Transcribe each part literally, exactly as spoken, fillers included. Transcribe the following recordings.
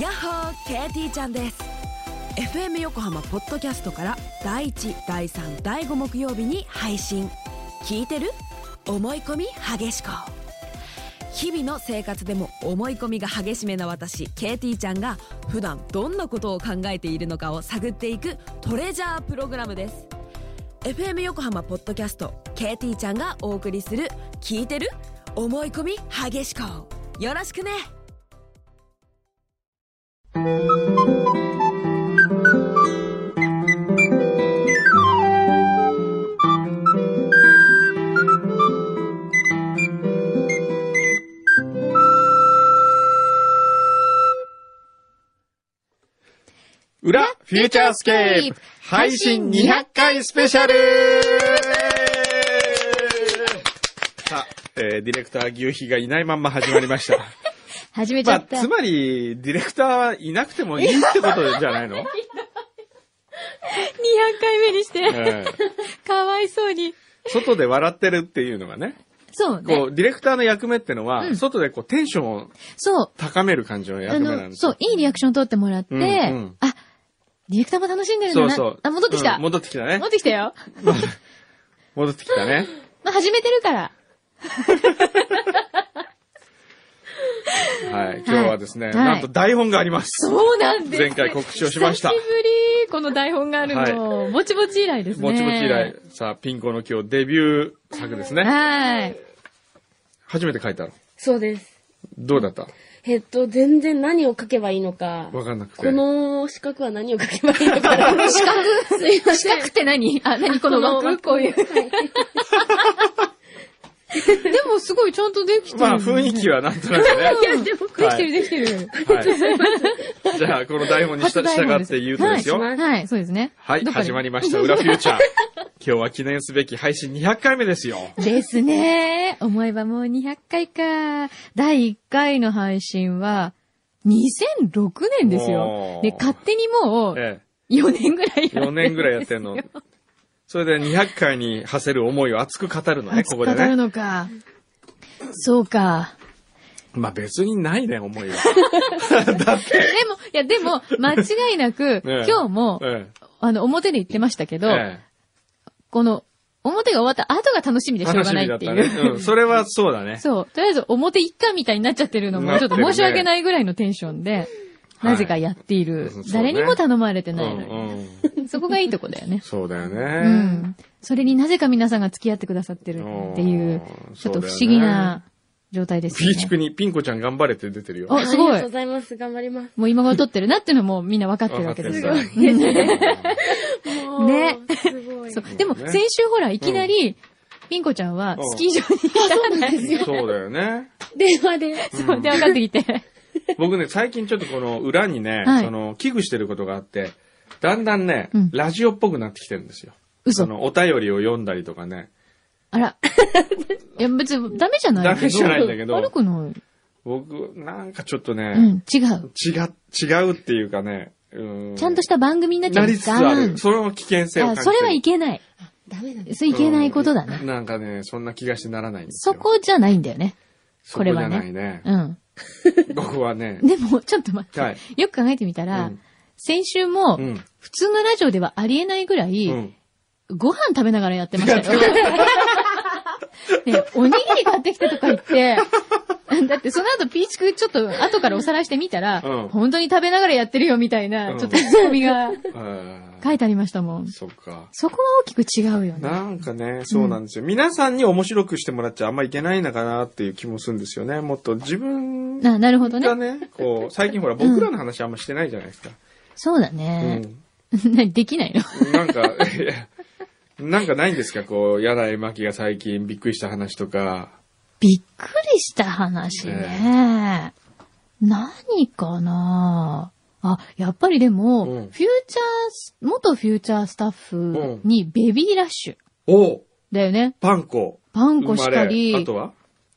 やっほー ケーティー ちゃんです。 エフエム 横浜ポッドキャストからだいいち、だいさん、だいご木曜日に配信。聞いてる？思い込み激しこ。日々の生活でも思い込みが激しめな私 ケーティー ちゃんが普段どんなことを考えているのかを探っていくトレジャープログラムです。 エフエム 横浜ポッドキャスト ケーティー ちゃんがお送りする聞いてる？思い込み激しこ。よろしくね。 裏フューチャースケープ配信にひゃっかいスペシャル。さあ、えー、ディレクター牛皮がいないまんま始まりました。 始めちゃった。 まあ、つまりディレクターはいなくてもいいってことじゃないの？にひゃっかいめにして、 えー、 かわいそうに。 外で笑ってるっていうのがね。 そうね。 こうディレクターの役目ってのは、うん、外でこうテンションを高める感じの役目なんですよ。 そう、いいリアクション取ってもらって、うんうん、あ、ディレクターも楽しんでるんだな。そうそう。あ、戻ってきた。 うん、戻ってきたね。 戻ってきたよ。 戻ってきたね。 まあ、始めてるから。 はい、今日はですね、はい、なんと台本があります。 そうなんです。 前回告知をしました。 久しぶり、この台本があるの。はい、ぼちぼち以来ですね。 ぼちぼち以来。さあ、ピンコの今日デビュー作ですね。 はい。 初めて書いたの？ そうです。 どうだった？ えっと、全然何を書けばいいのか。 わかんなくて。 この四角は何を書けばいいのか。 四角すいません。四角って何？あ、何この枠？こういう。でもすごいちゃんとできてる、ね。 まあ雰囲気はなんとなくね。 いや、でもできてるできてる。 はい。じゃあ、この台本に従って言うとですよ。 はい、はい、そうですね。 はい、始まりました。裏フューチャー。今日は記念すべき配信にひゃっかいめですよ。 ですね。思えばもうにひゃっかいか。だいいっかいの配信はにせんろくねんですよ。で、勝手にもうよねんぐらいやってるんですよ。 よねんぐらいやってんの。それでにひゃっかいに馳せる思いを熱く語るのね、ここでね。 語るのか。そうか。 まあ別にないね、思いは。だって。 でも、いやでも、間違いなく、ね、今日も、ええ、あの、表で言ってましたけど、ええ、この、表が終わった後が楽しみでしょうがないっていう。 楽しみだったね。うん、それはそうだね。 そう。とりあえず表いっかみたいになっちゃってるのも、ちょっと申し訳ないぐらいのテンションで、なぜかやっている。はい、誰にも頼まれてないのに。うんうん、そこがいいとこだよね。 そうだよね。 うん。それになぜか皆さんが付き合ってくださってるっていう、ちょっと不思議な状態ですね。 ピーチクにピンコちゃん頑張れって出てるよ。 あ、すごい。 ありがとうございます。頑張ります。 もう今頃撮ってるなっていうのもみんな分かってるわけですよ。 すごいですね。 ね。すごい。そう。でも先週ほら、いきなり、ピンコちゃんはスキー場に行ったんですよ。 そうだよね。 電話で。 そう、電話かかってきて。 僕ね、最近ちょっとこの裏にね、はい、その、危惧してることがあって、だんだんね、うん、ラジオっぽくなってきてるんですよ。 嘘。 その、お便りを読んだりとかね。 あら。いや、別にダメじゃないダメじゃないんだけど。 悪くない。 僕、なんかちょっとね、 うん、違う。 違う、違うっていうかね、うん、 ちゃんとした番組になっちゃう。 なりつつある。その危険性を感じてる。 それはいけない。 ダメなんです。それいけないことだね、 うん。なんかね、そんな気がしてならないんですよ。 そこじゃないんだよね。これはね。 そこじゃないね。 うん。 僕はね。 でも、ちょっと待って。はい、よく考えてみたら、うん、先週も、うん、普通のラジオではありえないぐらい、うん、ご飯食べながらやってましたよ。ね、おにぎり買ってきてとか言って、だってその後ピーチクちょっと後からおさらいしてみたら、うん、本当に食べながらやってるよみたいな、ちょっとツッコミが書いてありましたもん。 そっか。 そこは大きく違うよね。 なんかね、そうなんですよ。うん、皆さんに面白くしてもらっちゃあんまいけないのかなっていう気もするんですよね。もっと自分がね、 あ、なるほどね。 こう、最近ほら僕らの話あんましてないじゃないですか。うん、 そうだね。うん、できないのなんか、なんかないんですかこう、柳井真紀が最近びっくりした話とか。 びっくりした話ね。えー、何かなあ、やっぱりでも、うん、フューチャー、元フューチャースタッフにベビーラッシュ。 お、 だよね。 パンコ。 パンコしかり。 あとは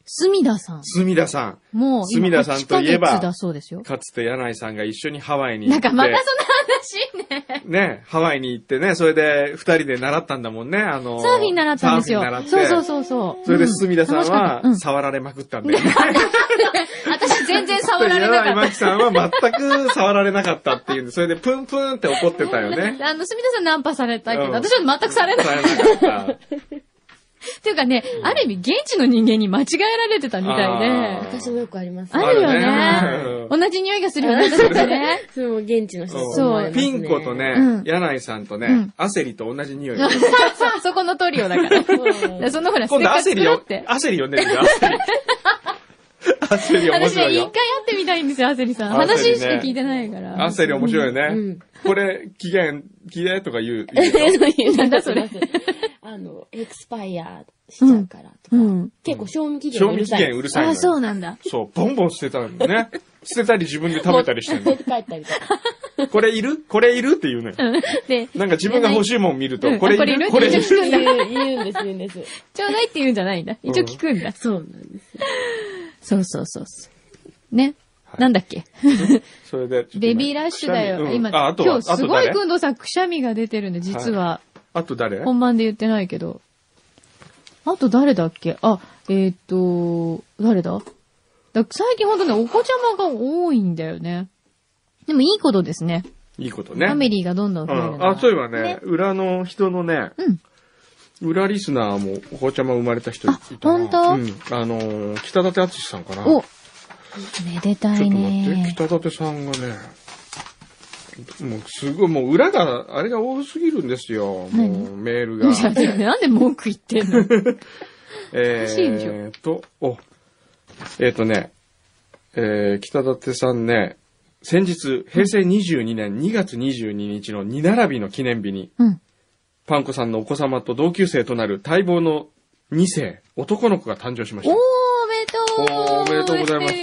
隅田さん。 隅田さん。 もう、 隅田さんといえば、 だそうですよ。 かつて柳井さんが一緒にハワイに行って。 なんかまたその話ね。 ね、ハワイに行ってね、それで二人で習ったんだもんね、あの、 サーフィン習ったんですよ。 サーフィン習って。 そうそうそうそう。 それで隅田さんは、うん、触られまくったんだよね。 私全然触られなかった。 柳井真紀さんは全く触られなかったっていうんで、それでプンプンって怒ってたよね。 あの、隅田さんナンパされたけど、うん、私は全くされなかった。されなかった。っていうかね、ある意味現地の人間に間違えられてたみたいで。 私もよくあります。 あるよね。同じ匂いがするよね、私たちね。 そう、現地の人。 そう。ピン子とね、柳井さんとね、アセリと同じ匂い。 そこのトリオだから。そのほら、 今度アセリを、アセリ呼んでるんだよ、アセリ。アセリ面白いよ。 私ね、一回会ってみたいんですよ、アセリさん。話しか聞いてないから。 アセリ面白いよね。これ、期限、期限とか言う。 なんだそれ。 あの、エクスパイアしちゃうからとか。うん、結構賞味期限うるさい。 賞味期限うるさい。 あ、そうなんだ。 そう、ボンボン捨てたのね。捨てたり自分で食べたりしてるの。 帰ったりとか。 これいるこれいるって言うのよ。で、なんか自分が欲しいもん見ると、これいるこれいるって言うんです、言うんです。 ちょうだいって言うんじゃないんだ。一応聞くんだ。 そうなんですよ。 そうそうそうそう。ね。なんだっけそれで。 ベビーラッシュだよ。今、今日すごいくんどさんくしゃみが出てるんで、実は。 あと誰本番で言ってないけど。あと誰だっけあ、えっと、誰だだ最近ほんとね、お子ちゃまが多いんだよね。でもいいことですね。 いいことね。 ファミリーがどんどん増える、 うん。あ、そういえばね、ね裏の人のね、うん、裏リスナーもお子ちゃま生まれた人いたな。 ほんとうん。あのー、北舘敦さんかな。 おめでたいね。 ちょっと待って、北舘さんがね、もうすごい、もう裏が、あれが多すぎるんですよ。もうメールが。 なんで文句言ってんのえーと、お、えーとね、えー、北舘さんね、先日、平成にじゅうにねんにがつにじゅうににちのに並びの記念日に、うん、パンコさんのお子様と同級生となる待望のに世、男の子が誕生しました。 おー、おめでとう。 おめでとうございます。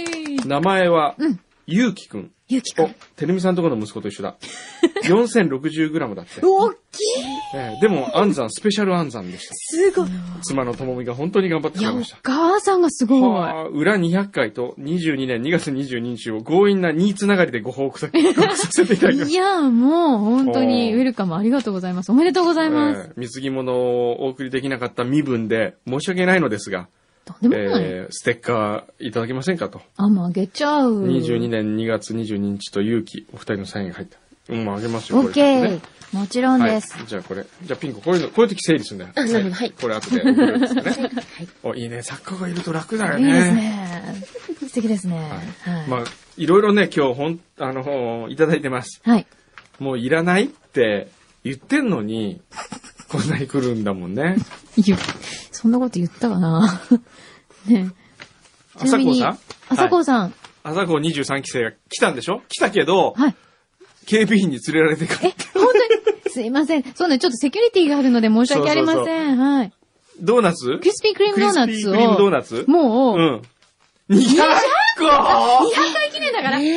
名前は、うん、ゆうきくん。 ゆうきくん。 てるみさんとこの息子と一緒だ。よんせんろくじゅうグラム だって。 大きい、 えー、でも、安産、スペシャル安産でした。 すごい。 妻のともみが本当に頑張ってしまいました。 お母さんがすごい。 裏にひゃっかいとにじゅうにねんにがつにじゅうににちを強引なにいつながりでご報告させていただきました。 いや、もう本当にウェルカムありがとうございます。おめでとうございます。 えー、貢ぎ物をお送りできなかった身分で申し訳ないのですが、 とんでもない。 えー、ステッカーいただけませんかと。 あ、もうあげちゃう。 にじゅうにねんにがつにじゅうににちと勇気、お二人のサインが入った。うん、あげますよ。 オッケー。もちろんです。 はい、じゃあこれ、じゃあピンク、こういうの、こういう時整理するんだよ。 あ、なるほど、はい。 これ後で送るんですよね。はい。お、いいね。作家がいると楽だよね。 いいですね。素敵ですね。 はい。はい、まあ、いろいろね、今日ほん、あの、いただいてます。 はい。 もういらないって言ってんのに、こんなに来るんだもんね。 いや、そんなこと言ったかな。ねえ。 朝子さん朝子さん。 朝子にじゅうさんきせいが来たんでしょ来たけど、 はい。 警備員に連れられて帰って。 え、本当にすいません。そうね、ちょっこセキュリティがあるので申し訳ありません。そうそうそうはい。 ドーナツクリスピークリームドーナツを。クリスピークリームドーナツもう、うん。 にひゃっこ ?にひゃっかい記念だから。えー、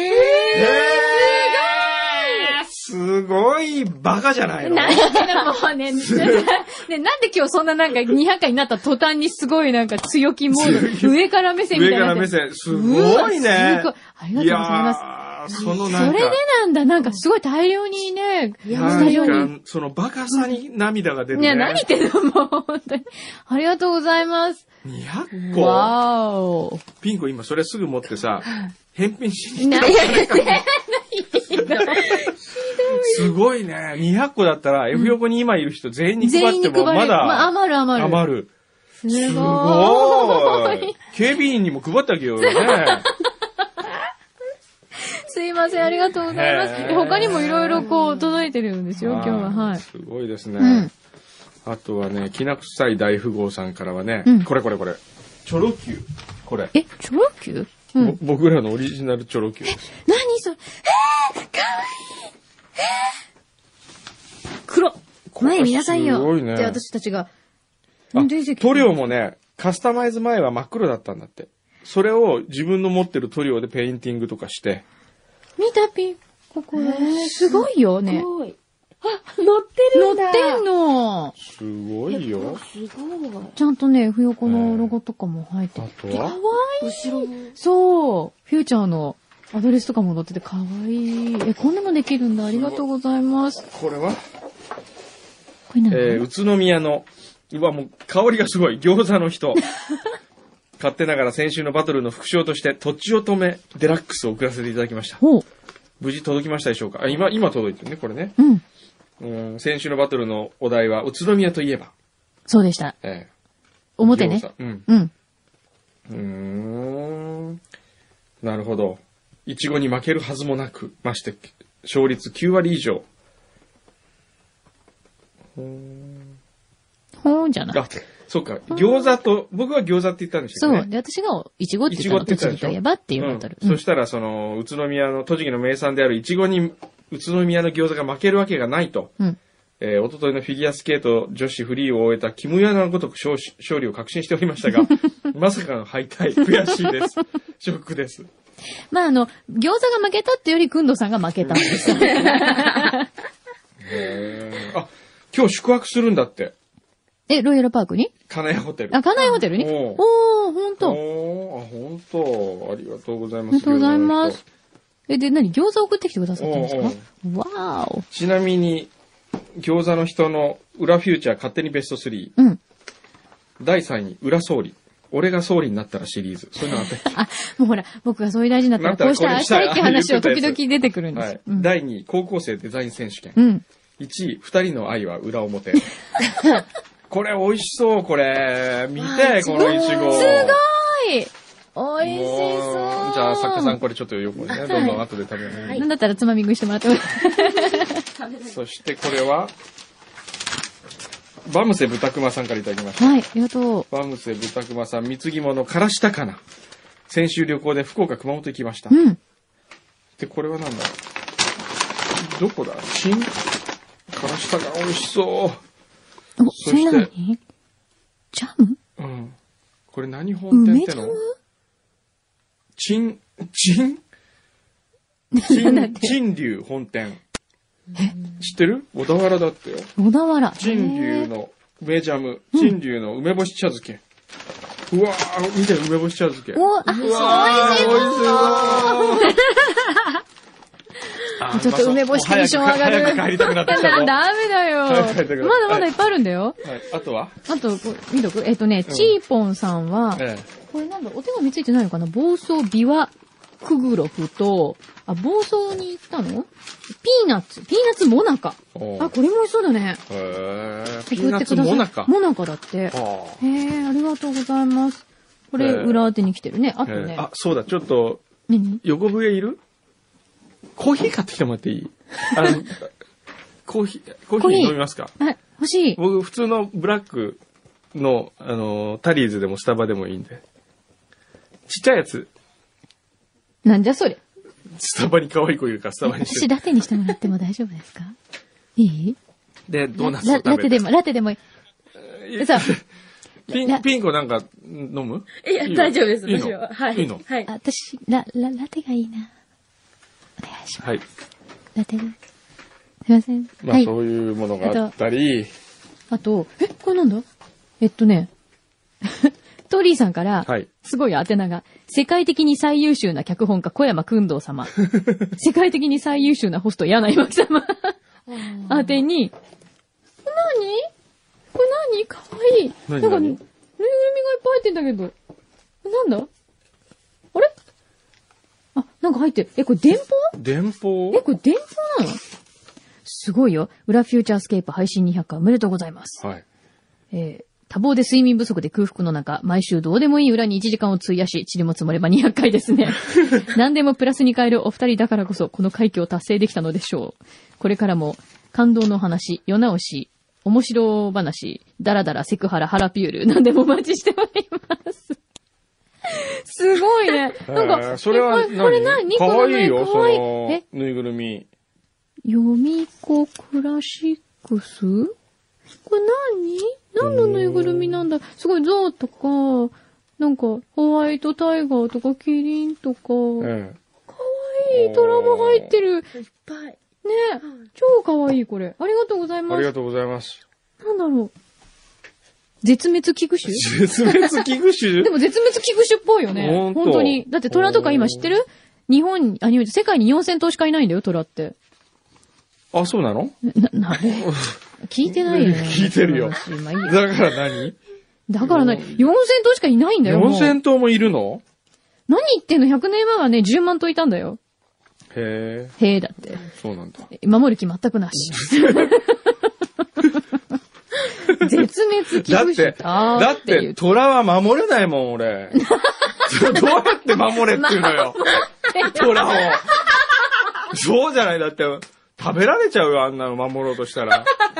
すごいバカじゃないのなんでもうね、ね、なんで今日そんななんかにひゃっかいになった途端にすごいなんか強気モード、上から目線みたいな。 上から目線、すごいね。 すごい。ありがとうございます。 そのなんか。 それでなんだ、なんかすごい大量にね、 スタジオに。そのバカさに涙が出るね。 いや、何言ってんのもう、本当に。ありがとうございます。 にひゃっこわーお。 ピン子今それすぐ持ってさ、返品しに行ったんじゃないかな。すごいね。にひゃっこだったら、F 横に今いる人全員に配ってもまだ、 まあ、余る余る。 余る。 すごい。 すごい。警備員にも配ってあげようよね。 すいません、ありがとうございます。他にもいろいろこう届いてるんですよ、今日は。はい。 すごいですね。うん、あとはね、きな臭い大富豪さんからはね、うん、これこれこれ。チョロ Q。これ。 え、チョロ Q？うん、 僕らのオリジナルチョロ Q です。 え、何それ？えー、かわいい。えー、黒。前見なさいよ。すごいね。で、私たちが。 塗料もね、カスタマイズ前は真っ黒だったんだって。それを自分の持ってる塗料でペインティングとかして。 見たピン、ここね。すごいよね。すごい。 あ、乗ってるんだ。 乗ってんの。 すごいよ。 すごい。 ちゃんとね、ふよこのロゴとかも入ってて。 あとはかわいい。 後ろも。 そう。フューチャーのアドレスとかも載っててかわいい。え、こんなのできるんだ。ありがとうございます。 これはこれ何？ えー、宇都宮の、うわ、もう香りがすごい。餃子の人。勝手ながら先週のバトルの副賞として、とちおとめデラックスを送らせていただきました。 ほう。 無事届きましたでしょうか？あ、今、今届いてるね、これね。 うん。 うん、先週のバトルのお題は、宇都宮といえば。 そうでした。 えー、 表ね。 うん。 うん。 うーん。なるほど。いちごに負けるはずもなく、まして、勝率きゅうわり以上。 ほーんじゃない。 あ、そうか。餃子と、僕は餃子って言ったんですよね。 そう。で、私がいちごって言ったの。栃木といえばっていうバトル。 うん、そしたら、その、宇都宮の、栃木の名産であるいちごに、宇都宮の餃子が負けるわけがないと。うん。えー、おとといのフィギュアスケート女子フリーを終えたキムヤナのごとく勝勝利を確信しておりましたが、まさかの敗退。悔しいです。ショックです。 まあ、あの、餃子が負けたってより、くんどさんが負けたんですよ。 へー。あ、今日宿泊するんだって。 え、ロイヤルパークに？ 金谷ホテル。 あ、金谷ホテルに？おー、ほんと。 おー、あ、ほんと。ありがとうございます。 ありがとうございます。え、で、何？餃子送ってきてくださったんですか？わーお。 ちなみに、餃子の人の裏フューチャー勝手にベストスリー。 うん。 だいさんい、裏総理。俺が総理になったらシリーズ。そういうのあったっけ？ あ、もうほら、僕が総理大臣だったらこうしたらしたいって話を時々出てくるんです。 はい。うん、だいにい、高校生デザイン選手権。 うん。 いちい、二人の愛は裏表。これ美味しそう、これ。見て、このイチゴ。 すごい美味しそう。 じゃあ、作家さんこれちょっと横にね、どんどん後で食べる、ね。 はい。なんだったらつまみ食いしてもらってもそしてこれは、バムセ豚熊さんからいただきました。 はい、ありがとう。 バムセ豚熊さん、貢ぎ物、からしたかな。先週旅行で福岡、熊本行きました。 うん。 で、これはなんだどこだ新からしたが美味しそう。 お、それ何？ジャム？ うん。これ何本店っての？梅ジャム？チン、チンチン、チン流本店。 え知ってる？小田原だってよ。 小田原。 チン流の梅ジャム、チン流の梅干し茶漬け。うわー、見て、梅干し茶漬け。 お、あ、美味しそう。ちょっと梅干しテンション上がる。 早く帰りたくなってきたぞ。 ダメだよ。まだまだいっぱいあるんだよ。 はい。あとはあと、見とくえっとね、チーポンさんは、これなんだ、お手紙ついてないのかな房総ビワクグロフと、あ、房総に行ったのピーナッツ。ピーナッツモナカ。あ、これも美味しそうだね。 へー。ピーナッツモナカ。 モナカだって。へー、ありがとうございます。これ、裏当てに来てるね。あとね。 あ、そうだ、ちょっと、 何？ 横笛いる？コーヒー買ってきてもらっていい？あの、コーヒー、コーヒー飲みますか？ はい、欲しい。 僕、普通のブラックの、あの、タリーズでもスタバでもいいんで。ちっちゃいやつ。 なんじゃそれ。 スタバに可愛い子いるからスタバにして。 私ラテにしてもらっても大丈夫ですか？いい？ で、ドーナツを食べて。 ラテでも、ラテでもいい。さピン、ピンコなんか飲む？ いや、大丈夫です、 私は。はい。いいの？ はい。 私、ラ、ラ、ラテがいいな。お願いします。 はい。 ラテで。すいません。 まあ、そういうものがあったり。 あと、え、これなんだ？えっとね、トーリーさんから、はい、すごい宛名が、世界的に最優秀な脚本家小山君堂様、世界的に最優秀なホスト柳井真紀様宛てに、何？これ何？かわいい。なんか、ぬいぐるみがいっぱい入ってんだけど、なんだ？あれ？あ、なんか入ってる。え、これ電報？ 電報？ え、これ電報なの？すごいよ。裏フューチャースケープ配信にひゃっかいおめでとうございます。 はい。 えー、多忙で睡眠不足で空腹の中、毎週どうでもいい裏にいちじかんを費やし、塵も積もればにひゃっかいですね。何でもプラスに変えるお二人だからこそ、この快挙を達成できたのでしょう。これからも、感動の話、世直し、面白話、ダラダラ、セクハラ、ハラピュール、何でもお待ちしております。すごいね。なんか、 えー、それは何？ これ何？ かわいいよ、 かわいい。 その、え？ぬいぐるみ。 ヨミコクラシックス？これ何？何のぬいぐるみなんだ？すごいゾウとか、なんかホワイトタイガーとかキリンとか、 ええ、 かわいいトラも入ってる。 いっぱい。 え、超かわいいこれ。ありがとうございます。 ありがとうございます。 なんだろう。絶滅危惧種絶滅危惧種でも絶滅危惧種っぽいよね。 ほんと本当に。だって虎とか今知ってる？日本に、あ、日本、世界によんせんとうしかいないんだよ、虎って。 あ、そうなの？ な、なれ聞いてないよね。 聞いてるよ。 まあいいよ。 だから何？ だからね、よんせんとうしかいないんだよ。 よんせんとうもいるの？ 何言ってんの？ ひゃく 年前はね、じゅうまんとういたんだよ。 へえ。へえ、だって。 そうなんだ。 守る気全くなし。絶滅危惧種だって、だって、虎は守れないもん、俺。どうやって守れっていうのよ。虎を。そうじゃない、だって、食べられちゃうよ、あんなの守ろうとしたら。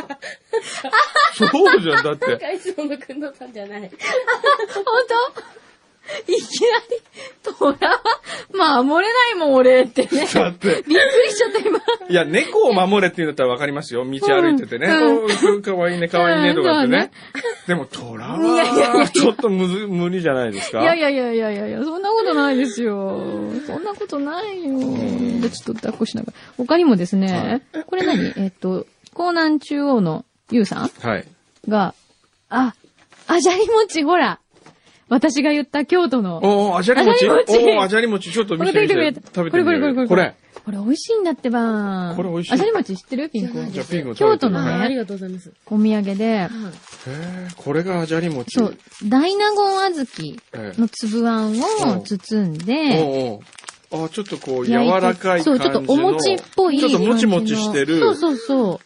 そうじゃん、だって。 いつものくんどさんじゃない。 本当？いきなり、虎は守れないもん、俺ってね。 だって。 びっくりしちゃった、今。 いや、猫を守れって言うんだったらわかりますよ。道歩いててね。うん、かわいいね、かわいいね、とかってね。でも、虎は、ちょっとむず、無理じゃないですか？ いやいやいやいやいやいや、そんなことないですよ。そんなことないよ。で、ちょっと抱っこしながら。他にもですね、はい、これ何？えっと、江南中央のゆうさんはい。 が、あ、あじゃり餅、ほら。私が言った京都の。 おー、あじゃり餅。おー、あじゃり餅、ちょっと見てみて。食べてみて。 これこれこれこれ。 これ。 これ美味しいんだってば。 これ美味しい。 あじゃり餅知ってる？ピンク。 じゃあピンク。 京都のね。 ありがとうございます。 お土産で。へー、これがあじゃり餅。 そう。大納言小豆の粒あんを包んで。 おあ、ちょっとこう、柔らかい感じの。 そう、ちょっとお餅っぽい。 ちょっともちもちしてる。 そうそうそう。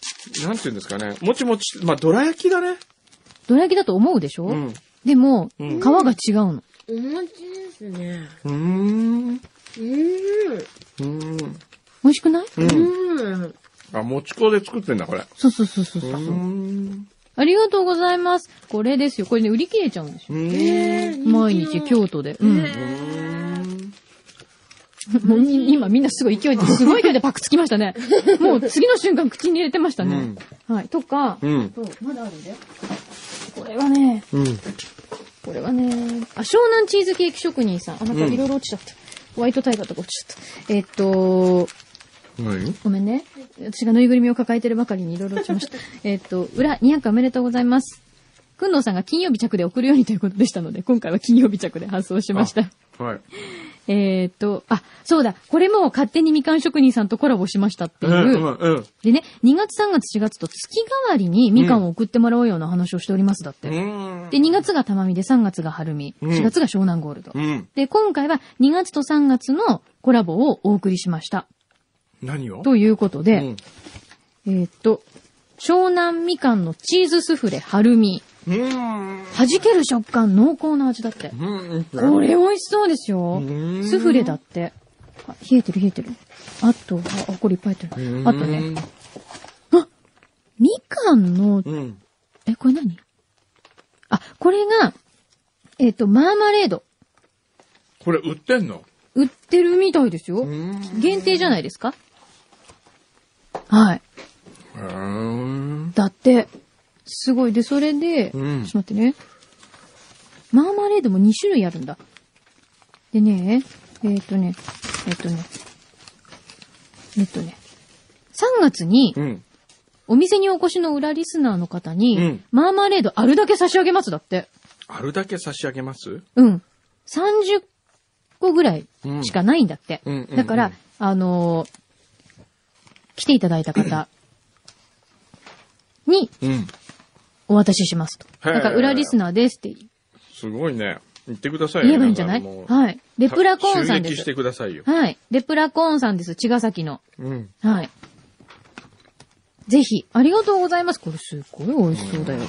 なんて言うんですかね。もちもち、まあ、どら焼きだね。 どら焼きだと思うでしょ？うん。でも、皮が違うの。 お餅ですね。 うーん。うーん。 うん。 美味しくない？ うん。 あ、もち粉で作ってんだ、これ。 そうそうそうそうそう。ありがとうございます。これですよ。これね、売り切れちゃうんですよ。 へー。 毎日京都で。うん。もう今みんなすごい勢いで、すごい勢いでパクつきましたね。もう次の瞬間口に入れてましたね。うん、はい。とか、うん、そうまだあるんだよ。これはね、うん、これはね、あ、湘南チーズケーキ職人さん。あ、なんかいろいろ落ちちゃった。ホワイトタイガーとか落ちちゃった。えー、っと、 何？ ごめんね。私がぬいぐるみを抱えてるばかりにいろいろ落ちました。えっと、裏にひゃくおめでとうございます。くんのうさんが金曜日着で送るようにということでしたので、今回は金曜日着で発送しました。 はい。 えっと、あ、そうだ、これも勝手にみかん職人さんとコラボしましたっていう。うんうん、でね、にがつさんがつしがつと月替わりにみかんを送ってもらうような話をしておりますだって。うん、で、にがつがたまみでさんがつがはるみ、しがつが湘南ゴールド、うん。で、今回はにがつとさんがつのコラボをお送りしました。 何を？ ということで、うん、えっと、湘南みかんのチーズスフレはるみ。うん、弾ける食感、濃厚な味だって。うん、これ美味しそうですよ。スフレだって。あ、冷えてる冷えてる。あと、あ、これいっぱい入ってる。あとね。あ、みかんの、うん、え、これ何？あ、これが、えっと、マーマレード。 これ売ってんの？ 売ってるみたいですよ。限定じゃないですか？はい。だって、すごい。で、それで、うん、ちょっと待ってね。マーマレードもにしゅるいあるんだ。でね、えー、っとね、えー、っとね、えー、っとね、さんがつに、うん、お店にお越しの裏リスナーの方に、うん、マーマレードあるだけ差し上げますだって。 あるだけ差し上げます？ うん。さんじゅっこぐらいしかないんだって。うん、だから、あのー、来ていただいた方に、うんお渡ししますと。だから裏リスナーですって。 すごいね。言ってくださいよ。 言えばいいんじゃない？はい。レプラコーンさんです。 襲撃してくださいよ。 はい。レプラコーンさんです。茅ヶ崎の。うん。はい。ぜひ、ありがとうございます。これすごい美味しそうだよ。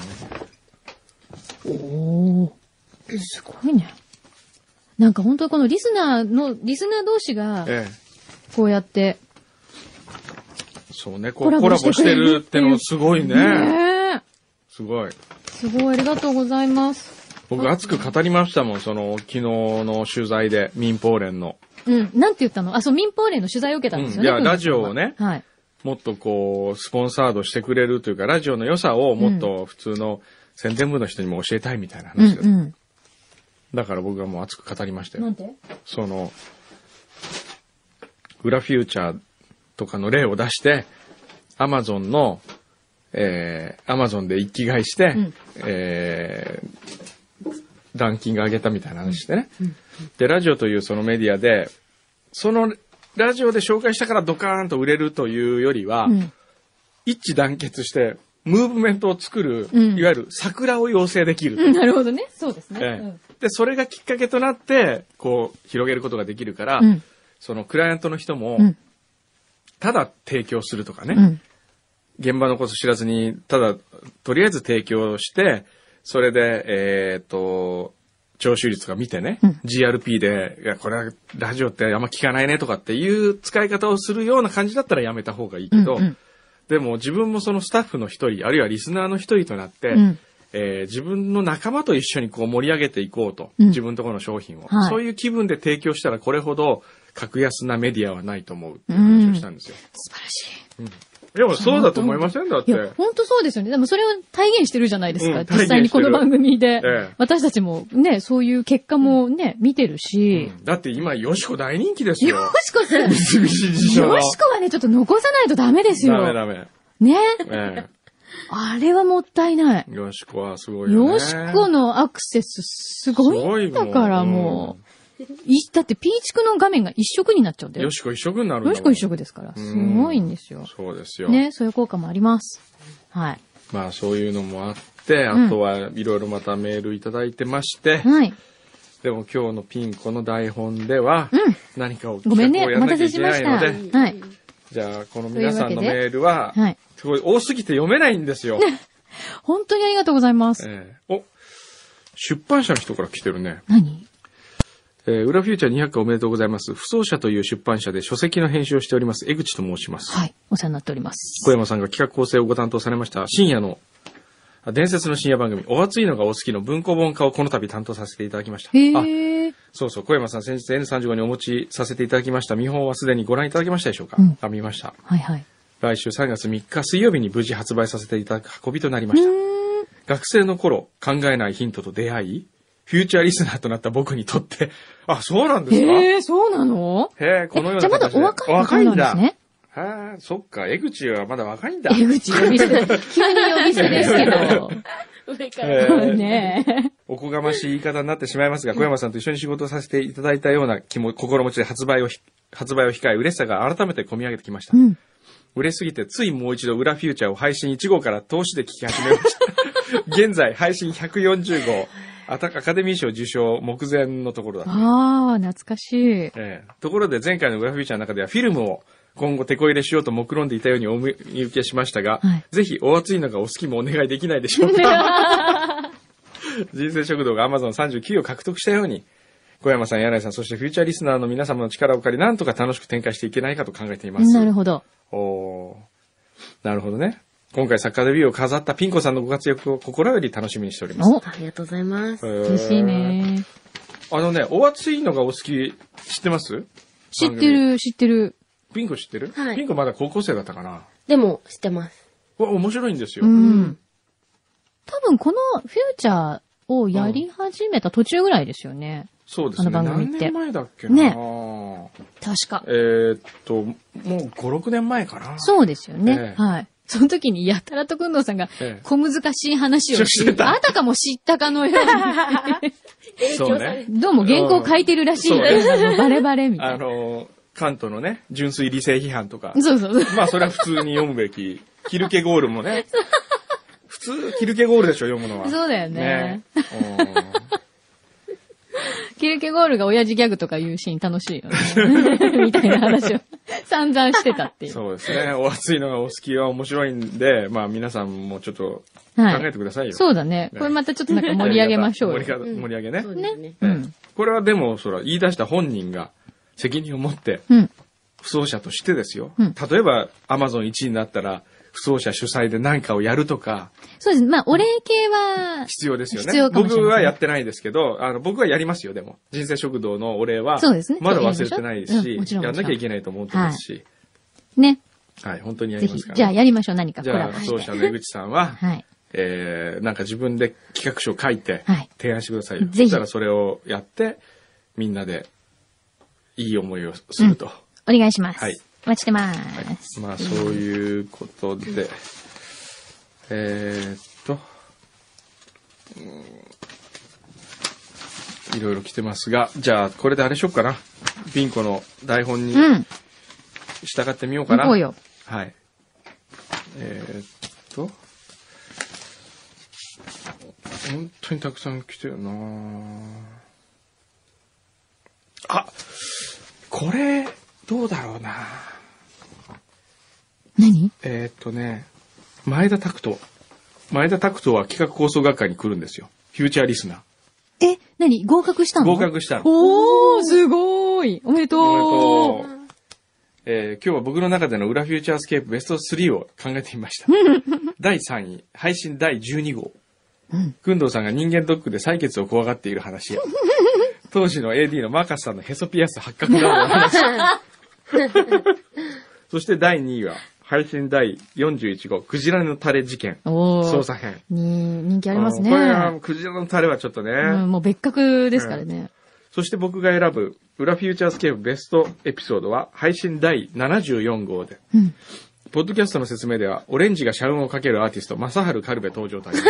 おー。すごいね。なんか本当にこのリスナーの、リスナー同士が、こうやって、ええ、 そうね、こうコラボしてるってのすごいね。ねすごい。 すごい、ありがとうございます。 僕、熱く語りましたもん、その、昨日の取材で、民放連の。 うん、なんて言ったの？あ、そう、民放連の取材を受けたんですよね。 うん、いや、ラジオをね、はい、もっとこう、スポンサードしてくれるというか、ラジオの良さをもっと普通の宣伝部の人にも教えたいみたいな話です。うんうん、だから僕はもう熱く語りましたよ。 なんで？ その、裏フューチャーとかの例を出して、 アマゾンの、えー、アマゾンで一気買いして、うん、えー、ランキング上げたみたいな話でね、うんうん。で、ラジオというそのメディアで、そのラジオで紹介したからドカーンと売れるというよりは、うん、一致団結して、ムーブメントを作る、うん、いわゆる桜を養成できる、 うん。なるほどね。そうですね。 えーうん、で、それがきっかけとなって、こう、広げることができるから、うん、そのクライアントの人も、うん、ただ提供するとかね、うん、現場のこと知らずに、ただ、とりあえず提供して、それで、えっと、聴取率が見てね、うん、ジーアールピー で、いや、これはラジオってあんま聞かないねとかっていう使い方をするような感じだったらやめた方がいいけど、うんうん、でも自分もそのスタッフの一人、あるいはリスナーの一人となって、うん、えー、自分の仲間と一緒にこう盛り上げていこうと、うん、自分のところの商品を、はい、そういう気分で提供したらこれほど格安なメディアはないと思うっていう話をしたんですよ。 うん、素晴らしい。 うん、でもそうだと思いませんだって。いや、 本当そうですよね。でもそれを体現してるじゃないですか。うん、実際にこの番組で、ええ。私たちもね、そういう結果もね、見てるし。 うん、だって今、よしこ大人気ですよ。 よしこさん。 三菱地所。 よしこはね、ちょっと残さないとダメですよ。 ダメダメ。 ね。 ええ。 あれはもったいない。 よしこはすごいよね。 よしこのアクセスすごいんだからもう。いだってピーチクの画面が一色になっちゃうんだよ。 よしこ一色になるんだ。 よしこ一色ですから。すごいんですよ。 そうですよ。 ね、そういう効果もあります。はい。 まあそういうのもあって、あとはいろいろまたメールいただいてまして、 はい。 でも今日のピンコの台本では、 うん、 何かをごめんね、お待たせしました。はい。 じゃあこの皆さんのメールは、 はい。 すごい多すぎて読めないんですよ。 本当にありがとうございます。 えー、お、出版社の人から来てるね。 何？ えー、裏フューチャーにひゃっかいおめでとうございます。不走者という出版社で書籍の編集をしております、江口と申します。 はい。お世話になっております。 小山さんが企画構成をご担当されました深夜の、伝説の深夜番組、お熱いのがお好きの文庫本化をこの度担当させていただきました。 へー。 あ、そうそう、小山さん先日 エヌさんじゅうご にお持ちさせていただきました見本はすでにご覧いただきましたでしょうか？うん、あ、見ました。 はいはい。 来週さんがつみっか水曜日に無事発売させていただく運びとなりました。学生の頃、考えないヒントと出会い、フューチャーリスナーとなった僕にとって、あ、そうなんですか？ へえ、そうなの？ へえ、このような形で。 じゃあまだお若いのかなんですね。 へえ、そっか、江口はまだ若いんだ。 江口呼び捨て、急に呼び捨てですけど。 上から。 ねえ。 おこがましい言い方になってしまいますが、小山さんと一緒に仕事をさせていただいたような気も、心持ちで発売を、発売を控え、嬉しさが改めて込み上げてきました。うん、嬉しすぎて、ついもう一度裏フューチャーを配信いち号から投資で聞き始めました。現在、配信ひゃくよんじゅう号。アカデミー賞受賞目前のところだった。 ああ、懐かしい。 ええ。ところで前回の裏フューチャーの中ではフィルムを今後手こ入れしようと目論んでいたようにお見受けしましたが、はい、ぜひお熱いのがお好きもお願いできないでしょうか。人生食堂が アマゾンさんじゅうきゅう を獲得したように、小山さん、柳井さん、そしてフューチャーリスナーの皆様の力を借り、なんとか楽しく展開していけないかと考えています。 なるほど。 おー、なるほどね。今回作家デビューを飾ったピンコさんのご活躍を心より楽しみにしております。 ありがとうございます。 嬉しいね。 あのね、お熱いのがお好き、知ってます？ 知ってる、知ってる。 ピンコ知ってる？ はい。 ピンコまだ高校生だったかな？ でも、知ってます。 わ、面白いんですよ。 うん。多分このフューチャーをやり始めた途中ぐらいですよね。 うん、そうですね。 あの番組って。 何年前だっけな？ ね。確か。 えー、っと、もうご、ろくねんまえかな。 そうですよね。えー、はい。その時にやたらとくんのさんが小難しい話をして、あたかも知ったかのように。 そうね。 どうも原稿書いてるらしい。ね、バレバレみたいな。 あの、カントのね、純粋理性批判とか。 そうそうそう。 まあそれは普通に読むべき。キルケゴールもね。普通、キルケゴールでしょ、読むのは。 そうだよね。ねキルケゴールが親父ギャグとか言うシーン楽しいよね。みたいな話を散々してたっていう。 そうですね。お熱いのがお好きは面白いんで、まあ皆さんもちょっと考えてくださいよ。はい、 そうだね。これまたちょっとなんか盛り上げましょうよ。 盛り盛り上げね。 うん、ね。 うん。これはでも、そら、言い出した本人が責任を持って、不走者としてですよ。うん、例えば、アマゾンいちいになったら、不走者主催で何かをやるとか。 そうです。まあ、お礼系は。 必要ですよね。 必要かもしれない。 僕はやってないですけど、あの、僕はやりますよ、でも。人生食堂のお礼は。 そうですね。 まだ忘れてないですし、 うん、もちろんやんなきゃいけないと思ってますし。はい、 ね。 はい、本当にやりますから、ね。 じゃあ、やりましょう、何か。 じゃあ、不走者の江口さんは、はい。えー、なんか自分で企画書を書いて、提案してくださいよ。はい、そしたらそれをやって、みんなで、いい思いをすると。うん、 お願いします。 はい。 お待ちしてます。はい 。 まあそういうことで、えー、っと、いろいろ来てますが、じゃあこれであれしよっかな。ピン子の台本にうん。 従ってみようかな。 行こうよ。 はい。えー、っと、本当にたくさん来てるなあ、これ、どうだろうな。 何？ えー、っとね、前田拓人。前田拓人は企画構想学会に来るんですよ。フューチャーリスナー。 え、何？合格したの？ 合格したの。 おー、すごーい。おめでとう。 おめでとう。えー、今日は僕の中での裏フューチャースケープベストスリーを考えてみました。だいさんい、配信だいじゅうに号。くん、工藤さんが人間ドックで採血を怖がっている話や、当時の エーディー のマーカスさんのヘソピアス発覚などの話。そしてだいにいは、配信だいよんじゅういち号、クジラのタレ事件、 おー。 捜査編。 に、人気ありますね。 これは、クジラのタレはちょっとね。 うん、もう別格ですからね。 そして僕が選ぶ、裏フューチャースケープベストエピソードは、配信だいななじゅうよん号で。うん。ポッドキャストの説明では、オレンジが社運をかけるアーティスト、正春カルベ登場とあります。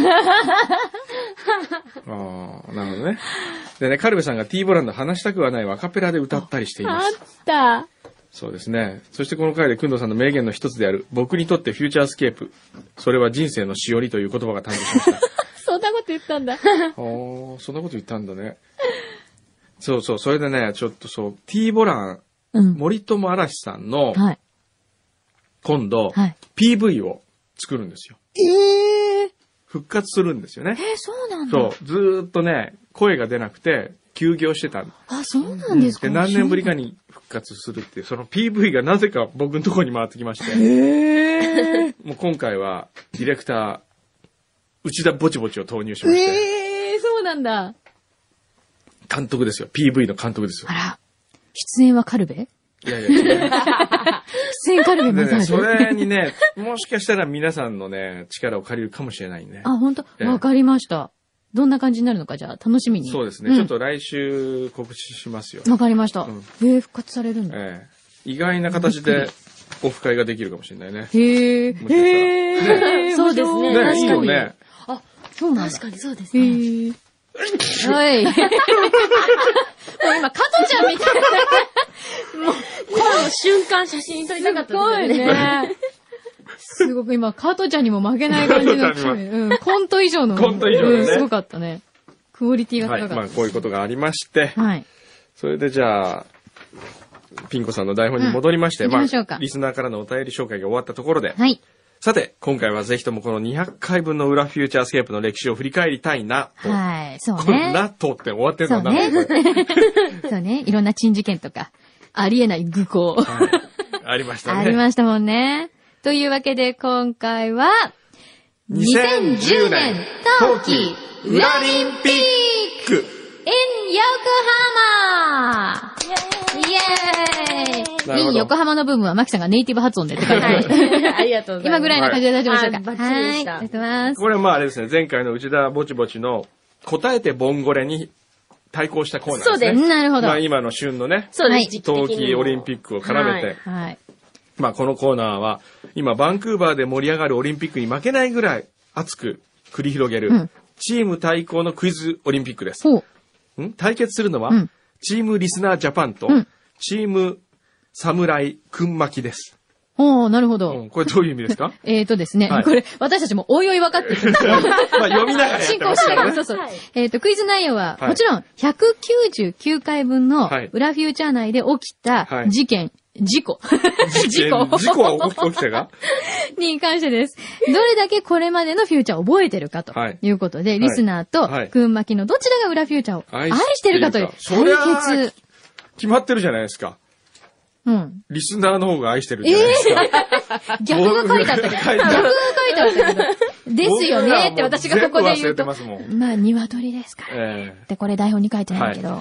ああ、なるほどね。でね、カルベさんが T ボランド話したくはないをアカペラで歌ったりしていまあす。 った。 そうですね。そしてこの回で、くんどうさんの名言の一つである、僕にとってフューチャースケープ、それは人生のしおりという言葉が誕生しました。 そんなこと言ったんだ。 おー、そんなこと言ったんだね。そうそう、それでね、ちょっとそう、T ボラン、 うん、 森友嵐さんの、 はい、 今度、はい、ピーブイ を作るんですよ。 えー、 復活するんですよね。 えー、そうなんだ。 そう、ずーっとね、声が出なくて、休業してた。 あ、そうなんですか。 で、何年ぶりかに復活するっていう、その ピーブイ がなぜか僕のところに回ってきまして。 へー。 もう今回は、ディレクター、内田ぼちぼちを投入しまして。 えー、そうなんだ。 監督ですよ。ピーブイ の監督ですよ。 あら。出演はカルベ？ いやいや、違う。 出演カルベまずある。 ね、それにね、もしかしたら皆さんのね、力を借りるかもしれないね。 あ、本当、えー、わかりました。どんな感じになるのか、じゃあ、楽しみに。 そうですね。うん、ちょっと来週告知しますよ。 わかりました。うん、えー、復活されるんだ。 えー、意外な形でオフ会ができるかもしれないね。 へー。へー。そうですね。 ね、いいよね。 あ、そうなんだ。 確かにそうですね。へー。 はい。もう今、加藤ちゃんみたいな。 もう、この瞬間写真撮りたかったですね。 ね。すごく今、加藤ちゃんにも負けない感じの、うん、コント以上の。 コント以上のね、 うん。すごかったね。クオリティが高かった。 はい。まあ、こういうことがありまして。 はい。 それでじゃあ、ピン子さんの台本に戻りまして、 うん、 まあ、 リスナーからのお便り紹介が終わったところで。 はい。 さて、今回はぜひともこのにひゃっかいぶんの裏フューチャースケープの歴史を振り返りたいなと。 はい、そうね。 このなとって終わってるのな。 そうね。そうね。いろんな珍事件とか、ありえない愚行。 はい、ありましたね。 ありましたもんね。というわけで今回は、 にせんじゅうねん冬季裏リンピック in 横浜イエーイ in 横浜の部分はマキさんがネイティブ発音でって書いてました。 ありがとうございます。 今ぐらいな感じで大丈夫でしょうか。 はい、バッチリでした。 はい、ありがとうございます。 これはまああれですね、前回の内田ぼちぼちの答えてボンゴレに対抗したコーナーですね。 そうです。なるほど。 まあ今の旬のね、 そうです。 冬季オリンピックを絡めて、 はい。 まあこのコーナーは今バンクーバーで盛り上がるオリンピックに負けないぐらい熱く繰り広げる、うん、チーム対抗のクイズオリンピックです。ん対決するのは、うん、チームリスナージャパンと、うん、チーム侍くん巻きです。 おー、なるほど。 うん、これどういう意味ですか？ えーとですね、はい、これ、私たちもおいおい分かってるんですけど。 まあ読みながらやってますからね。 進行しながら、そうそう。はい、えーと、クイズ内容は、はい、もちろん、ひゃくきゅうじゅうきゅうかいぶんの、裏フューチャー内で起きた事件、はい、事故。 事故。事故は起きたかに関してです。どれだけこれまでのフューチャーを覚えてるかということで、はい、リスナーと、くん巻きのどちらが裏フューチャーを愛してるかという対決。 決まってるじゃないですか。 うん。 リスナーの方が愛してるじゃないですか。 えー、逆が書いてあったけど。逆が書いてあったけど。ですよねって私がここで言うと。 ますもんまあ、鶏ですから。 えー、 で、これ台本に書いてないけど。はい、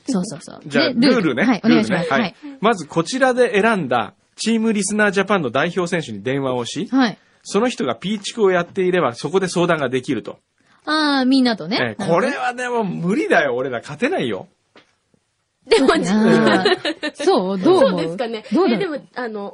そうそうそう。 じゃあ、ルールね。 はい、お願いします。 はい。まず、こちらで選んだ、チームリスナージャパンの代表選手に電話をし、はい。その人がピーチクをやっていれば、そこで相談ができると。 ああ、みんなとね。 えー、これはでも無理だよ。俺ら勝てないよ。 でも、 そうどう思うそうですかね。 どうだえ、でも、あの、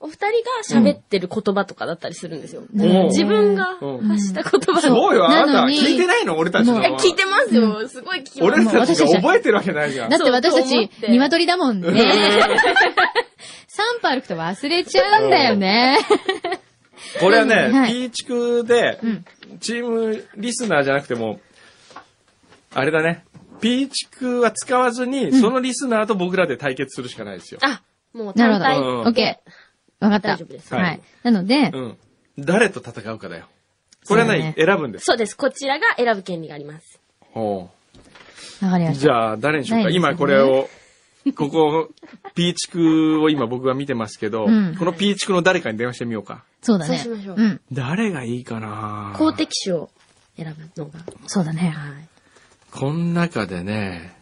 お二人が喋ってる言葉とかだったりするんですよ。 うん自分が発した言葉を。 すごいわ。あなたなのに聞いてないの俺たちの。 え、聞いてますよ。すごい聞きます。 俺たちが覚えてるわけないじゃん。 だって私たそうと思っち、 て鶏だもんね。サンパ歩くと忘れちゃうんだよね。 これはね、 はいピーチクでうん、 チームリスナーじゃなくても、あれだね。ピーチクは使わずに、そのリスナーと僕らで対決するしかないですよ。 あ、もうなるほ単体。 ど。 うんオッケー。わかった。 大丈夫ですははいい。なのでう、ん。誰と戦うかだよ。これは何、 そう選ぶんです。 そうです。こちらが選ぶ権利があります。 ほう。 わかりました。 じゃあ、誰にしようか。 ないですよね今これを、ここ、ピーチクを今僕が見てますけど、 うんこのピーチクの誰かに電話してみようか。 そうだね。 そうしましょううん。 誰がいいかな公的種を選ぶのが。 そうだね。 はい。 この中でね、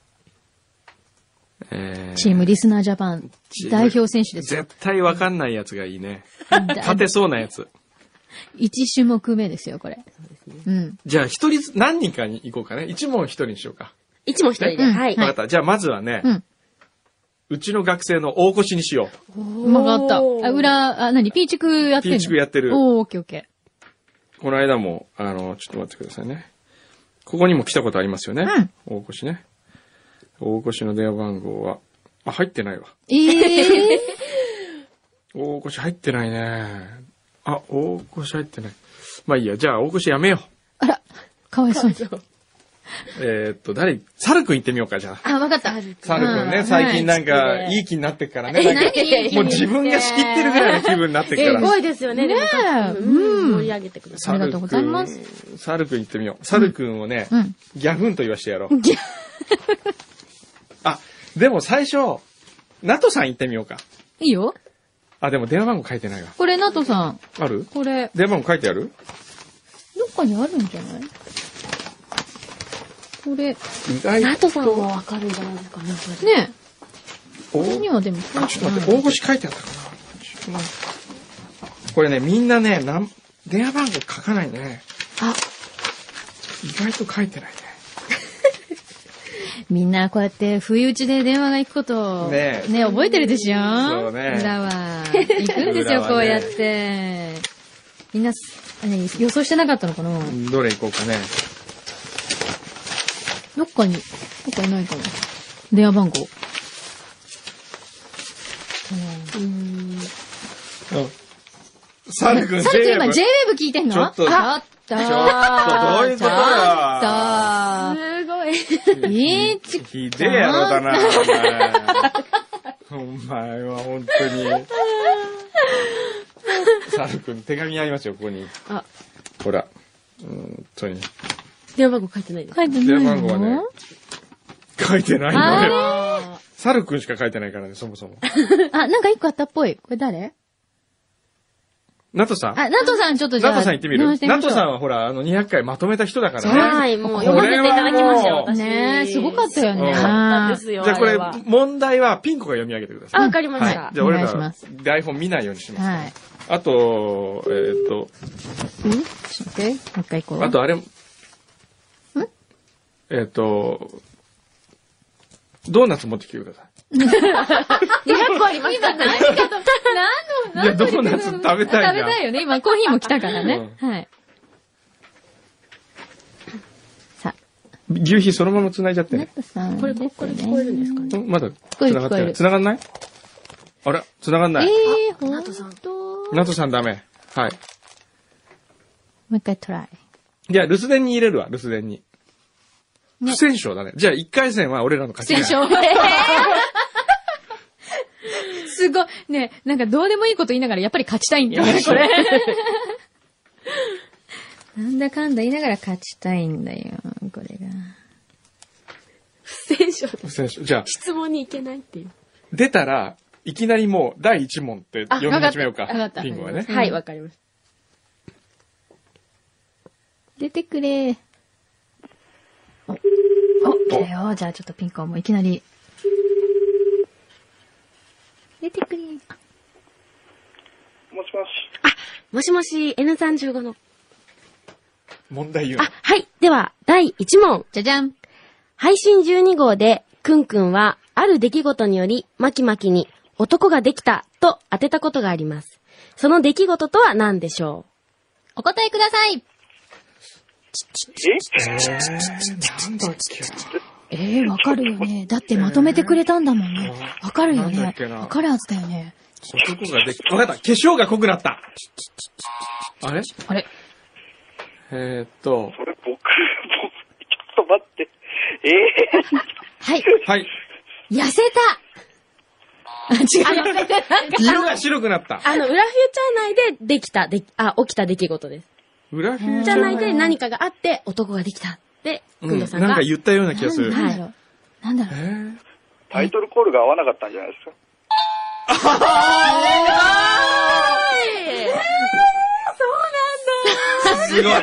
えーチームリスナージャパンチーム代表選手ですよ。 絶対わかんないやつがいいね。 だ勝てそうなやつ。 一種目目ですよ、これ。うん。 じゃあ一人ずつ、何人かに行こうかね。一問一人にしようか。 一問一人で。 うんはい。 わかった。じゃあまずはね、 うん。 うちの学生の大越にしよう。 わかった。あ、裏、あ、何ピーチクやってんのピーチクやってるおー、オッケーオッケこの間も、あの、ちょっと待ってくださいね。ここにも来たことありますよね。大越ね。大越の電話番号は、あ、入ってないわ。 ー。ええ大越入ってないね。あ、大越入ってない。まあいいや。じゃあ大越やめよう。 あら、かわいそうに。 えーっと、誰、サルくん行ってみようか、じゃあ。 あ、わかった。 サルくんね、 うん最近なんか、 はいいい気になってっからね。なんか何もう自分が仕切ってるぐらいの気分になってっから。 すごいですよね。でもねえうん盛り上げてください。 ありがとうございますサルくん行ってみよう。サルくんをね、 うん。 ギャフンと言わしてやろう。あ、でも最初、ナトさん行ってみようか。 いいよ。 あ、でも電話番号書いてないわ。 これ、ナトさん。 あるこれ、 電話番号書いてあるどっかにあるんじゃないこれ、 意外ナトさんはわかるんじゃないですかね。これねえ。 おこれにはでも、 あ、ちょっと待って、大越書いてあったかな。ちょっと待ってこれね、みんなね、なん電話番号書かないね。 あ、 意外と書いてないね。 みんなこうやって不意打ちで電話が行くことを、 ねえね覚えてるでしょそうね裏は。行くんですよ、 裏はねこうやって。みんな、あ何予想してなかったのかなどれ行こうかね。 どっかに、どっかにないかな電話番号。 うん。サルくん、 サルくん今ジェイウェブジェイウェブ 聞いてんのちょっとちょっと。 ちょっと、どういうことだすごい。 えー、ち、 ひでえ野郎だな、お前。お前は本当に。サルくん、手紙ありますよ、ここに。 あ、 ほら。うんとに。 電話番号書いてないです。 書いてない電の話番号はね、書いてないあれのよ。 あサルくんしか書いてないからね、そもそも。 あ、なんか一個あったっぽい。これ誰ナトさんあ、ナトさんちょっとじゃあ。 ナトさん行ってみる電話してみましょうナトさんはほら、あのにひゃっかいまとめた人だからね。 はい、もう読ませていただきましたよ、私。 ねえ、すごかったよね。 うんよかったですよ。 じゃあこれれは、 問題はピンコが読み上げてください。 あ、わかりまはい。 した。 じゃあ俺らお願いします、 台本見ないようにします。 はい。 あと、えーっと、 うんちょっと待って。もう一回行こう。 あとあれ、えーっと、ドーナツ持ってきてくださにひゃっこありましたね。 何の、 いやドーナツ食べたいじゃん食べたいよね。今コーヒーも来たからね。はい。さい。牛皮そのまま繋いじゃってあ、ナね。 トさん。 これ、これ聞こえるんですかね。 んまだこえる繋がってない。 聞こえる繋がんないあら、繋がんない。 えー、ほんナトさんとナトさんダメ。はい。 もう一回トライ。 じゃあ留守電に入れるわ、留守電に。 ね不戦勝だね。じゃあ一回戦は俺らの勝ちだ。 戦勝。すごい。ね、なんかどうでもいいこと言いながらやっぱり勝ちたいんだよね、これ。なんだかんだ言いながら勝ちたいんだよ、これが。 不戦勝不戦勝。じゃあ、 質問に行けないっていう。 出たら、いきなりもう第一問って読み始めようか。 わかったピンゴはね。 はい、わかりました。 出てくれ。お、お、来たよ。じゃあちょっとピンコもいきなり。出てくれ。 もしもし。 もしもし、エヌさんじゅうご の。 問題言うのあ、はい。では、だいいち問。 じゃじゃん。 配信じゅうに号で、くんくんは、ある出来事により、まきまきに、 男ができたと当てたことがあります。その出来事とは何でしょう？ お答えください。 えなんだっけえー、わかるよね。だってまとめてくれたんだもんね。わかるよなんだっねけな。 わかるはずだよね。 男ができ、わかった。化粧が濃くなった。あれあれえー、っと。 それ僕、僕、ちょっと待って。ええー、 はい。 はい。 痩せたあ、違う。 色が白くなった。 あの、裏フューチャー内でできた、で、あ、起きた出来事です。 裏フューフューチャー内で何かがあって、男ができたって、くんどさんが、 うん。なんか言ったような気がする。 なんだろう。なんだろう。 えー、 タイトルコールが合わなかったんじゃないですか。 すごい。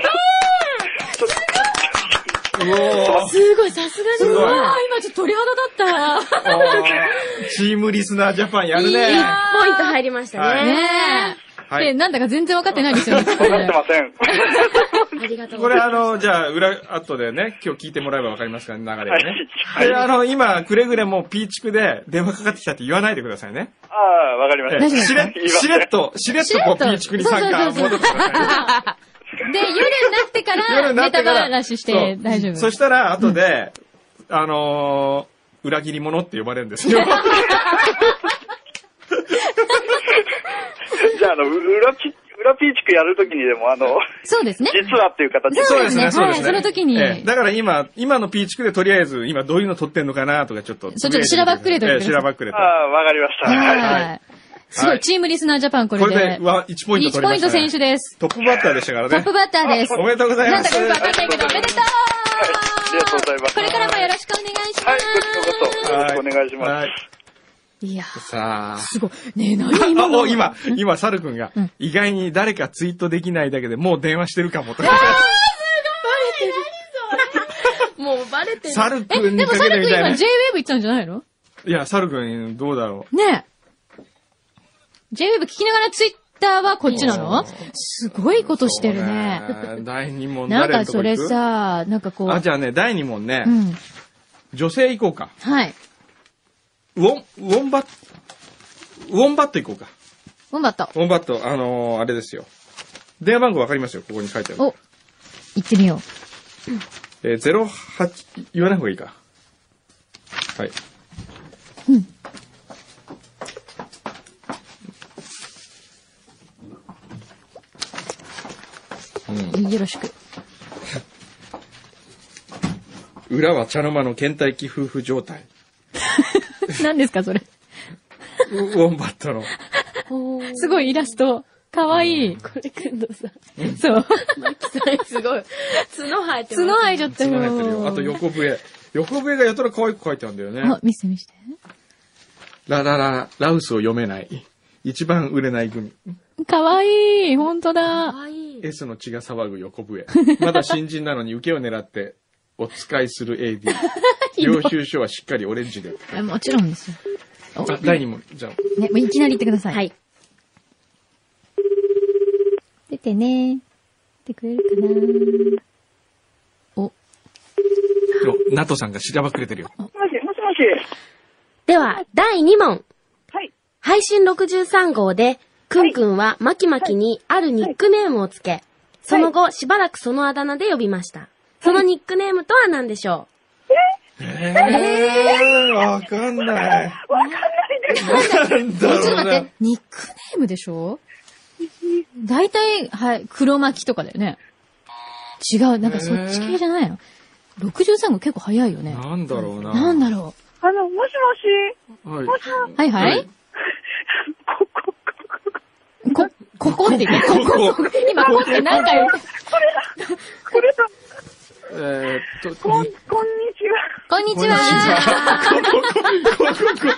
おすごい、さすがです。 すごい。 ああ、今ちょっと鳥肌だったわ。 チームリスナージャパンやるね。 いちポイント入りましたね。 はいねえ。 はいで、なんだか全然分かってないですよね。 わかってません。 ありがとうこれあございます。 の、じゃあ、裏、後でね、今日聞いてもらえばわかりますからね、流れでね。 はいで、あの、今、くれぐれもピーチクで電話かかってきたって言わないでくださいね。 ああ、わかりました。 ええしれっ言いませんしれっと、しれっとこう、ピーチクに参加そうそうそうそう戻ってくださいね。 で、夜になってか夜ら、ネタになってから話して大丈夫。 そしたら、後で、あのー、裏切り者って呼ばれるんですよ。 じゃあ、あの、裏ピ、裏ピーチクやるときにでも、あの、 そうですね。 実はっていう形で。 そうですねそうですね。 はいその時にええだから今、今のピーチクでとりあえず、今どういうの撮ってんのかなとかちょっと。 そうちょっとしらばっくれといてくださいええしらばっくれと。 ああ、わかりました。はい。 はい。すごい、チームリスナージャパンこれで。 これで、わ、いちポイントいちポイント取りましたね。 選手です。 トップバッターでしたからね。 トップバッターです。 おめでとうございます。 なんだかよくわかんないけど、おめでとうありがとうございます。 これからもよろしくお願いしはい、 ます。 こちらこそ、よろしくお願いします。 はい。 いや、 さあ。 すごい。ねえ、何今あ、 のお、今、今、サル君がうん、 意外に誰かツイートできないだけでもう電話してるかもとか。 もうバレてる。 サルえ、 君にかでもサル君今けてみたいな。 J-ウェーブ行ったんじゃないのいや、サル君どうだろう。 ねえ。J-ウェーブ聞きながらツイッターはこっちなのすごいことしてるね。 そうね。第二問なん誰のとこかそれ行くさ、なんかこう。 あ、じゃあね、だいに問ねう、ん。 女性行こうか。 はい。 ウォン、ウォンバット、ウォンバット行こうか。 ウォンバット。 ウォンバット、あのー、あれですよ。電話番号わかりますよ、ここに書いてある。 お、行ってみよう。 えー、ゼロはち、言わない方がいいか。はい。 うん。 うん。 よろしく。 裏は茶の間の倦怠期夫婦状態。 何ですか、それ。 ウウォンバットの。 すごいイラスト。かわいい。 これくんどさん。 そう。 すごい。角生えてます。 角生えちゃったつまれてるよ。 よ。 あと横笛。横笛がやたら可愛く書いてあるんだよね。 あ、見せて見せて。 ラララ、ラウスを読めない。一番売れない組。 かわいい。ほんとだ。 かわいい。 S の血が騒ぐ横笛。まだ新人なのに受けを狙ってお使いする エーディー。領収書はしっかりオレンジで。 えもちろんですよ。 あ、第二問。じゃあ。 ね、もういきなり言ってください。 はい。 出てね。出てくれるかなお。 おナトさんがしらばっくれてるよ。 もしもしもし。 では、だいに問。 はい。 配信ろくじゅうさん号で、くんくんはマキマキにあるニックネームをつけ、その後しばらくそのあだ名で呼びました。そのニックネームとは何でしょえー、わかんない。わかんないです。なんだちょっとろうな待って。、ニックネームでしょ大体、はい、黒巻きとかだよね。違う、なんかそっち系じゃないの。ろくじゅうさん号結構早いよね。 なんだろうな。 なんだろあの、もしもし、 はい。 もしもし、 う。はいはい。 はいここ、ここ、 こ、ここって言って、ここ、ここ今、ここって何回言ってこれだ、 えーっと、 こん、こんにちは。 こんにちは。 ここ、ここ、こ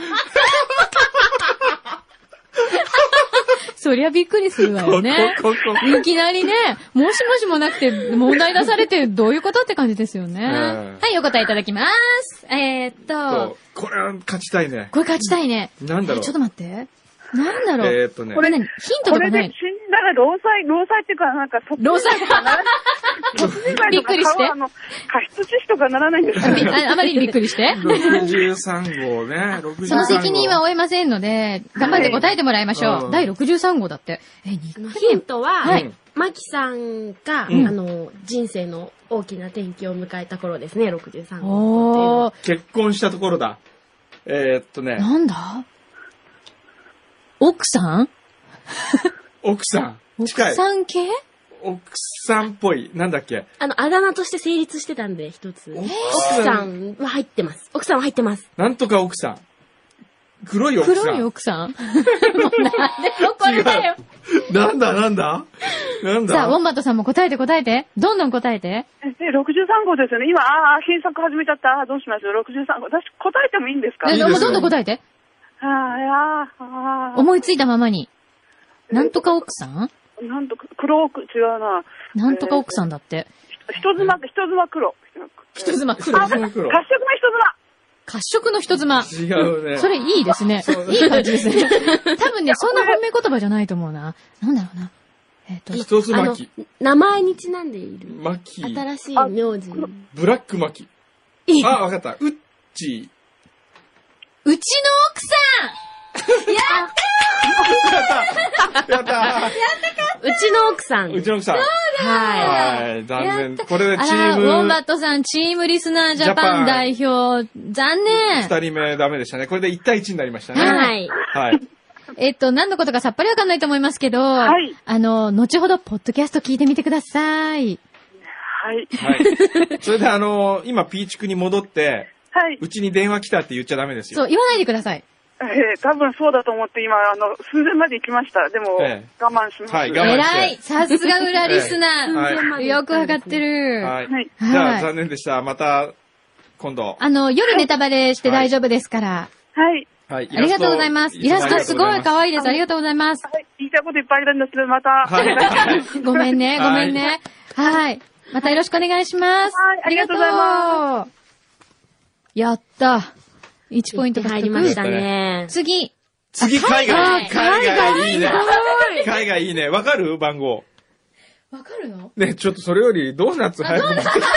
そりゃびっくりするわよね。 ここ、ここ。 いきなりね、もしもしもなくて問題出されてどういうことって感じですよね。 えはい、お答えいただきます。えー、っと、 これは勝ちたいね。 これ勝ちたいね。 なんだろうえちょっと待って。なんだろう。 えーっとねこれ何ヒントことれでかない死んだら労災、労災っていうか、なんか、特労災かなびっくりして。 あの、加湿致死とかならないんですかああまりにびっくりして。 ろくじゅうさん号ね、ろくじゅうさん号。 その責任は負えませんので、頑張って答えてもらいましょう。はい、だいろくじゅうさん号だって。え、ニックネームヒントは、 はい。 マキさんが、うん、あの、人生の大きな転機を迎えた頃ですね、ろくじゅうさん号。 結婚したところだ。えー、っとね。 なんだ奥さん奥さん。近い。 奥さん系奥さんっぽい。なんだっけあの、あだ名として成立してたんで、一つ。奥さんは入ってます。奥さんは入ってます。 なんとか奥さん。黒い奥さん。 黒い奥さんもうなんでもこれだよ。 なんだなんだなんださあ、ウォンバットさんも答えて答えて。どんどん答えて。 え、ろくじゅうさん号ですよね。今、ああ、検索始めちゃった。どうします ?ろくじゅうさん号。私、答えてもいいんですか？ いいですよ。どんどん答えて。 ああ、ああ。 思いついたままに。なんとか奥さんなんとか、黒奥、違うな。 なんとか奥さんだって。 人妻、人妻黒。 人妻黒。 あ、褐色の人妻。 褐色の人妻。 違うね。 それいいですね。いい感じですね。多分ね、そんな本命言葉じゃないと思うな。なんだろうな。えっと、 一つ巻き。 名前にちなんでいる。 巻き。 新しい名字。 ブラック巻き。あ、わかった。うっち。 うちの奥さんやったーやったーやったうちの奥さん。 うちの奥さん。はい。残念。これでチーム。 ウォンバットさん、チームリスナージャパン代表、残念。 二人目ダメでしたね。これでいち対いちになりましたね。 はい。 はい。 えっと、何のことかさっぱりわかんないと思いますけど、はい。あの、後ほど、ポッドキャスト聞いてみてください。 はい。 はい。それであの、今、ピーチクに戻って、はい。うちに電話来たって言っちゃダメですよ。 そう、言わないでください。 ええー、多分そうだと思って今、あの、数千まで行きました。でも、えー、我慢します。 はい、我慢して。 偉い。さすが裏リスナー。 はいはい、よくわかってる。 はい。はい、じゃあ、残念でした。また、今度。 あの、夜ネタバレして大丈夫ですから。 はい。 はい。 ありがとうございます。イラストすごい可愛いです。ありがとうございます。 はい。言いたいこといっぱいいるんですけど、また。はい。 ごめんね、ごめんね。はい。またよろしくお願いします。 はい。ありがとうございます。 やった。いちポイント入りましたね。 次。 次、海外。海外いいね。海外いいね。わかる番号。 わかるの？ ね、ちょっとそれよりドーナツ早く持ってきてよ、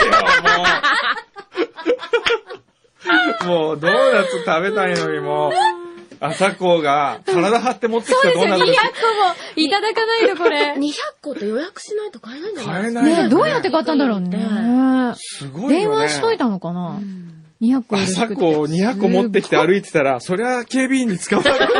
もう。もう、ドーナツ食べたいのにもう、朝子が体張って持ってきたドーナツ。 そうですよ、にひゃっこもいただかないとこれ。 にひゃっこと予約しないと買えないんじゃないですか？買えないね。どうやって買ったんだろうね。 すごいよね。 電話しといたのかな？にひゃっこ朝子にひゃっこ持ってきて歩いてたら、そりゃ警備員に捕まる。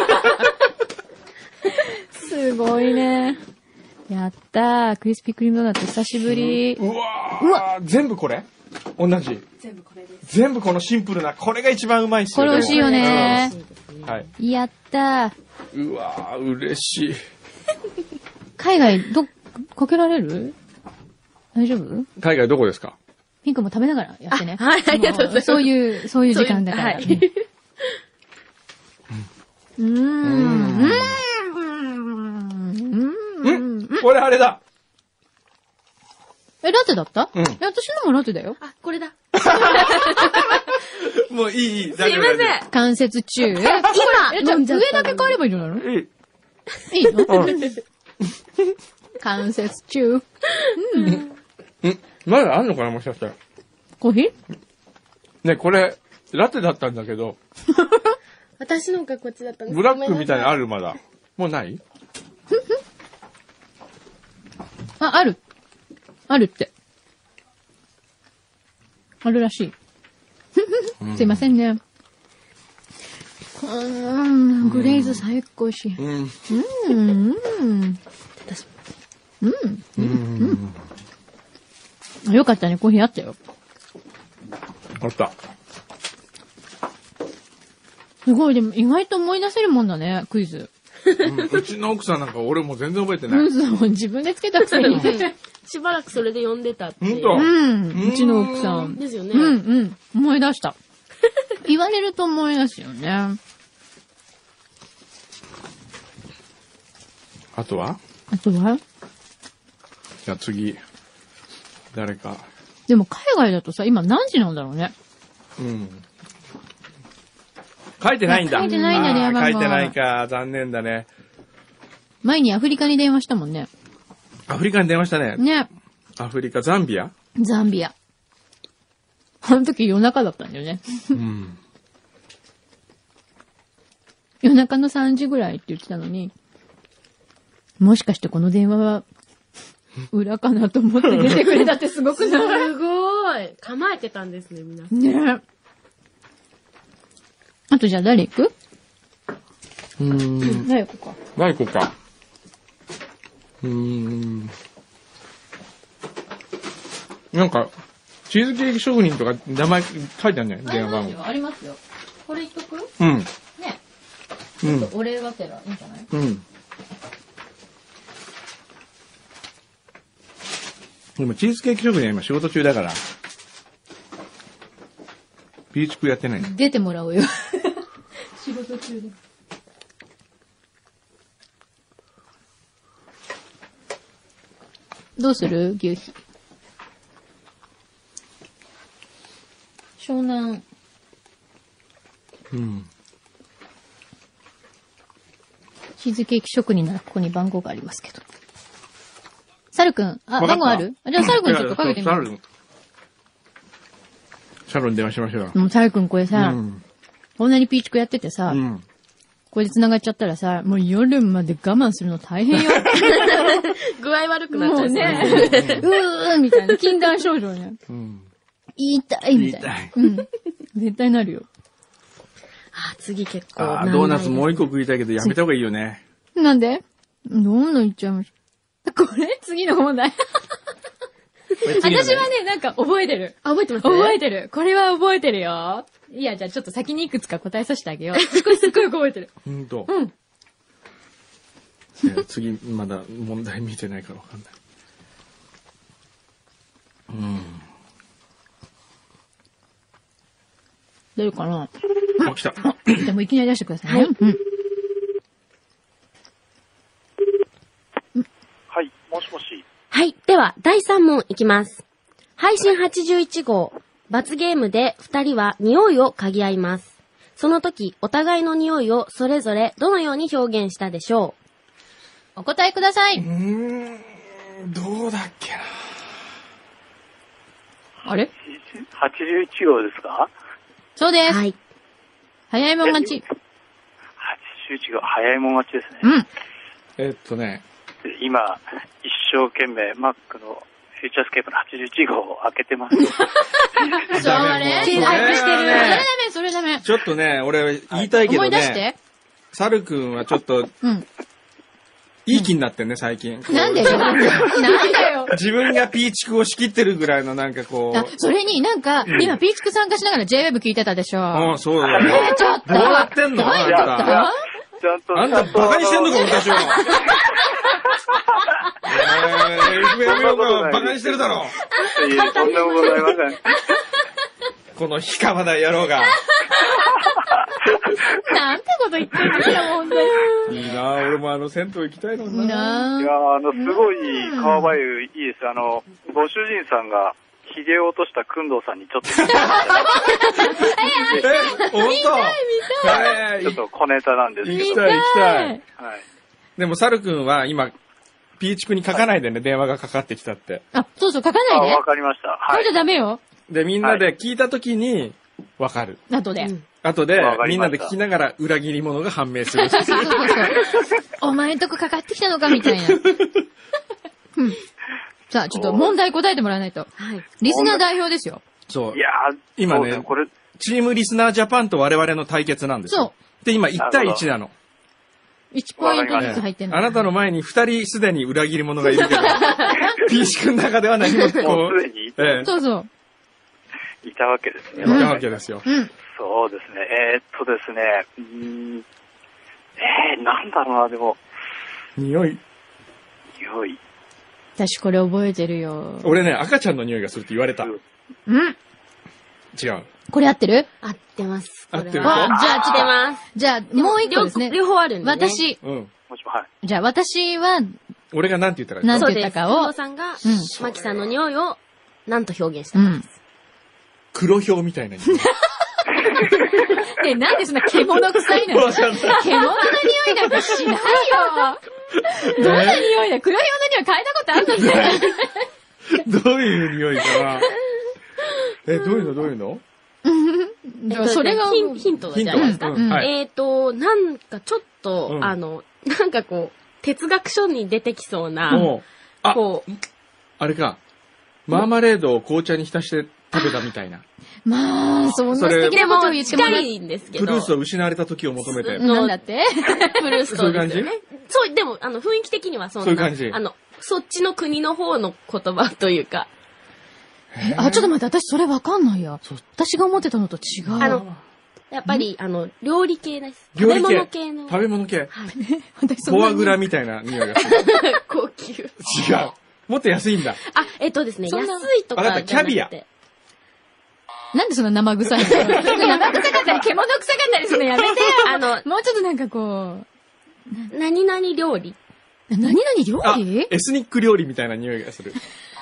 すごいね。やったー。クリスピークリームドーナツ久しぶり。 うわー。うわ全部これ同じ。 全部これです。 全部このシンプルな、これが一番うまいっすよね。 これ美味しいよね。 はい。 やったー。うわー、嬉しい。 海外、ど、かけられる？大丈夫？ 海外どこですか？ ピンクも食べながらやってね。 はい、ありがとうございます。 そういう、そういう時間だから。はい。うーん。うーん。 んこれあれだ。 え、ラテだった？ うん。 私のもラテだよ。 あ、これだ。 もういい、いい。 すいません。 関節中。今、 え、じゃあ上だけ変えればいいんじゃないの？ いい。 いいの？関節中。うん。 んまだあんのかなもしかしたら。 コーヒー？ ね、これ、ラテだったんだけど。 私のがこっちだったんです。 ブラックみたいなのあるまだ。もうないあ、ある。あるって。あるらしい。すいませんね。うーん、グレーズ最高し。うん。うん。うん。うん。うん。よかったね、コーヒーあったよ。 あった。 すごい、でも意外と思い出せるもんだね、クイズ。 うん、うちの奥さんなんか俺も全然覚えてない。 うん、そう、自分でつけたくせに。 しばらくそれで呼んでたっていう。 ほんと？ うん、うちの奥さん。 ですよね。 うん、うん、思い出した。言われると思い出すよね。 あとは？ あとは？ じゃあ次、誰か。 でも海外だとさ、今何時なんだろうね。 うん。書いてないんだ。 書いてないんだね、やばい。 書いてないか、残念だね。 前にアフリカに電話したもんね。 アフリカに電話したね。 ね。 アフリカ、ザンビアザンビア。あの時夜中だったんだよね。 うん。 夜中のさんじぐらいって言ってたのに、もしかしてこの電話は、裏かなと思って出てくれたってすごくない？ すごい。構えてたんですね、皆さん。 ねえ。あとじゃあ誰行く？ うーん。 誰行こうか。 何行こうか。うーん。なんか、チーズケーキ職人とか名前書いてあるんじゃない？電話番号。 ありますよ。これ言っとく？ うん。 ね。ちょっとお礼がてらいいんじゃない？ うん。でもチーズケーキ職人は今仕事中だから、ピーチクやってないの。 出てもらおうよ。仕事中で。どうする？牛皮。湘南。 うん。 チーズケーキ職人ならここに番号がありますけど。サルくん、あ、番号ある？じゃあサルくんちょっとかけてみサル。サルに電話しましょうよ。 もうサルくんこれさ、 うん、 こんなにピーチクやっててさ、 うん、 これで繋がっちゃったらさ、もう夜まで我慢するの大変よ。 具合悪くなっちゃうね。うーみたいな、禁断症状ね。 うん、 言いたいみたいな。いうん。絶対なるよ。 あ、次結構。 あ、ドーナツもう一個食いたいけどやめた方がいいよね。 なんで？どんどんいっちゃいましょう。これ次の問題。私はね、なんか覚えてる。 あ、覚えてます？ 覚えてる。これは覚えてるよ。いや、じゃあちょっと先にいくつか答えさせてあげよう。これすっごい覚えてる。 ほんと。 うん。 次、まだ問題見てないからわかんない。うん。 出るかな？ あ、来た。 でもいきなり出してくださいね。はい。うん。 はい、もしもし。 はい。では、だいさん問いきます。配信はちじゅういち号。罰ゲームで二人は匂いを嗅ぎ合います。その時、お互いの匂いをそれぞれどのように表現したでしょう？お答えください。 うーん、どうだっけな。 あれ？ はちじゅういち号ですか？ そうです。 はい。 早いもん勝ち。 はちじゅういち号、早いもん勝ちですね。 うん。 えっとね。 今、一生懸命 Mac のフューチャースケープのはちじゅういち号を開けてます。 それダメもうそれダメ、それダメ、それダメ。 ちょっとね、俺言いたいけどね。 思い出して。 サル君はちょっと、 うん。 いい気になってんね、最近。 なんでよ。なんだよ。 自分がピーチクを仕切ってるぐらいのなんかこう。 あ、それになんか、今ピーチク参加しながら ジェイウェブ 聞いてたでしょ。 ああ、そうだよね。 え、ちょっと。 どうなってんの？あんた。 ちゃんと。 あんたバカにしてんのか、私を。えー、エフエム 横浜バカにしてるだろ。 いや、とんでもございません。 この氷川な野郎が。 なんてこと言ってんのよ、ほんとに。 いいなぁ、俺もあの銭湯行きたいのにな。 いいなぁ。 いや、あの、すごい川場湯いいです。あの、ご主人さんが、髭を落としたくんどうさんにちょっと。 え、ほんと？ ちょっと小ネタなんですけど。 行きたい行きたい。 はい。 でも、サル君は今、ピーチクに書かないでね、電話がかかってきたって。 あ、そうそう、書かないで。 あ、わかりました。 はい。これじゃダメよ。 で、みんなで聞いたときに、わかる。 後で。 後で、みんなで聞きながら裏切り者が判明する。 お前んとこかかってきたのかみたいな。うん。さあ、ちょっと問題答えてもらわないと。はい。リスナー代表ですよ。 そう。 いやー、 今ね、これチームリスナージャパンと我々の対決なんですよ。そう。で、今いち対いちなの。 いちポイントずつ入ってんの。 あなたの前にふたりすでに裏切り者がいるけど、ピーチ君の中では何もこう。 もうすでにいた。 ええ、 そうそう。 いたわけですね。 いたわけですよ。 うん。 そうですね。えー、っとですね。うーん。えー、なんだろうな、でも。 匂い。 匂い。 私これ覚えてるよ。 俺ね、赤ちゃんの匂いがするって言われた。うん。違う。 これ合ってる？ 合ってます。 合ってる。 あ、じゃあ、 合ってます。 じゃあ、もう一個ですね。 両方あるんで、ね。 私。 うん。 もしも、はい。 じゃあ、私は、 俺が何て言ったか。 何て言ったかを。 そうです。さんが、うん、マキさんの匂いを、何と表現したかです。うん、 黒ひょうみたいな匂い。 え、なんでそんな獣臭いの？獣の匂いなんかしないよ。どんな匂いだ？黒ひょうの匂い嗅いだことあるのって。 どういう匂いかな。え、どういうのどういうのだからそれが、 ヒンヒントじゃないですか。 うんはいえっと、なんかちょっと、 うんあの、なんかこう、哲学書に出てきそうな、 もう、あ、 こう、 あれか。マーマレードを紅茶に浸して食べたみたいな。 まあ、そんなそれ素敵でもなことを言っても近らいんですけど。 プルースを失われた時を求めて。 うんなんだってプルーストですよね。そう、でも、あの、雰囲気的にはそんな。 そういう感じあの、そっちの国の方の言葉というか。 あ、ちょっと待って、私それわかんないや。私が思ってたのと違う。 あの、やっぱり、あの、料理系です。食べ料理系物系の。 食べ物系。 はい。 私そんなにフォアグラみたいな匂いがする。 高級。 違う。もっと安いんだ。 あ、えっとですね、 そんな安いとかじゃなくて。 わかったキャビアなんでそんな生臭いの生臭かったり、獣臭かったりするのやめてよ。 あの、 もうちょっとなんかこ何々料理。 う、何々料あ理、 エスニック料理みたいな匂いがする。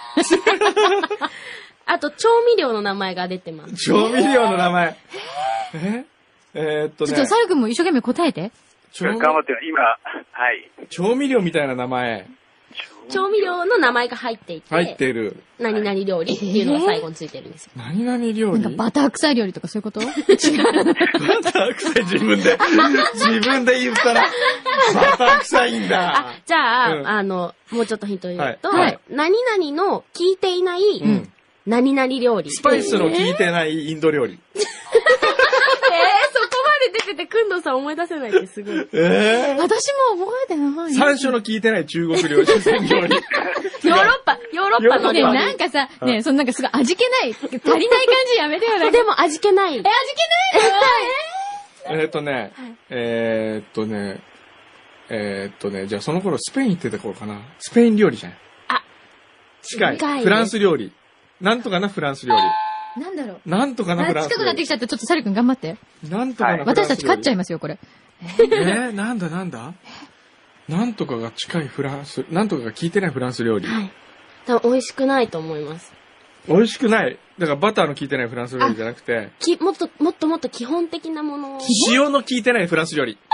あと、調味料の名前が出てます。 調味料の名前。ええーっとねちょっと、サル君も一生懸命答えて。 調頑張ってよ、今、はい。 調味料みたいな名前調味料の名前が入っていて、 入ってる。 何々料理っていうのが最後についてるんですよ。 何々料理なんかバター臭い料理とかそういうこと違う。 バター臭い自分で。自分で言ったら、バター臭いんあだ。、 じゃあ、 うんあの、もうちょっとヒント言うと、 はいはい何々の効いていない、 うん。 何々料理。 スパイスの効いてないインド料理。 えー、そこまで出てて、くんどうさん思い出せないってすごい。 え私も覚えてない。 山椒の効いてない中国料理、四川料理。 ヨーロッパ、ヨーロッパのね、 料理。 なんかさ、ね、そのなんかすごい味気ない、足りない感じやめてよ。なんかでも味気ない。 え、味気ないよ。 えーっとね、えーっとね、えーっとね、じゃあその頃スペイン行ってた頃かな。スペイン料理じゃん。 あ、 近い。 近いフランス料理。なんとかなフランス料理。 なんだろう。 なんとかなフラあ、 ンス料理近くなってき。ちゃって、ちょっとサル君頑張って。 なんとかなフランス料理。 私たち勝っちゃいますよ、これ。 えー、なんだなんだなんとかが近いフランス、なんとかが効いてないフランス料理。 はい。多分美味しくないと思います。 美味しくない。だからバターの効いてないフランス料理じゃなくて、 き、もっと、もっともっと基本的なものを。 塩の効いてないフランス料理。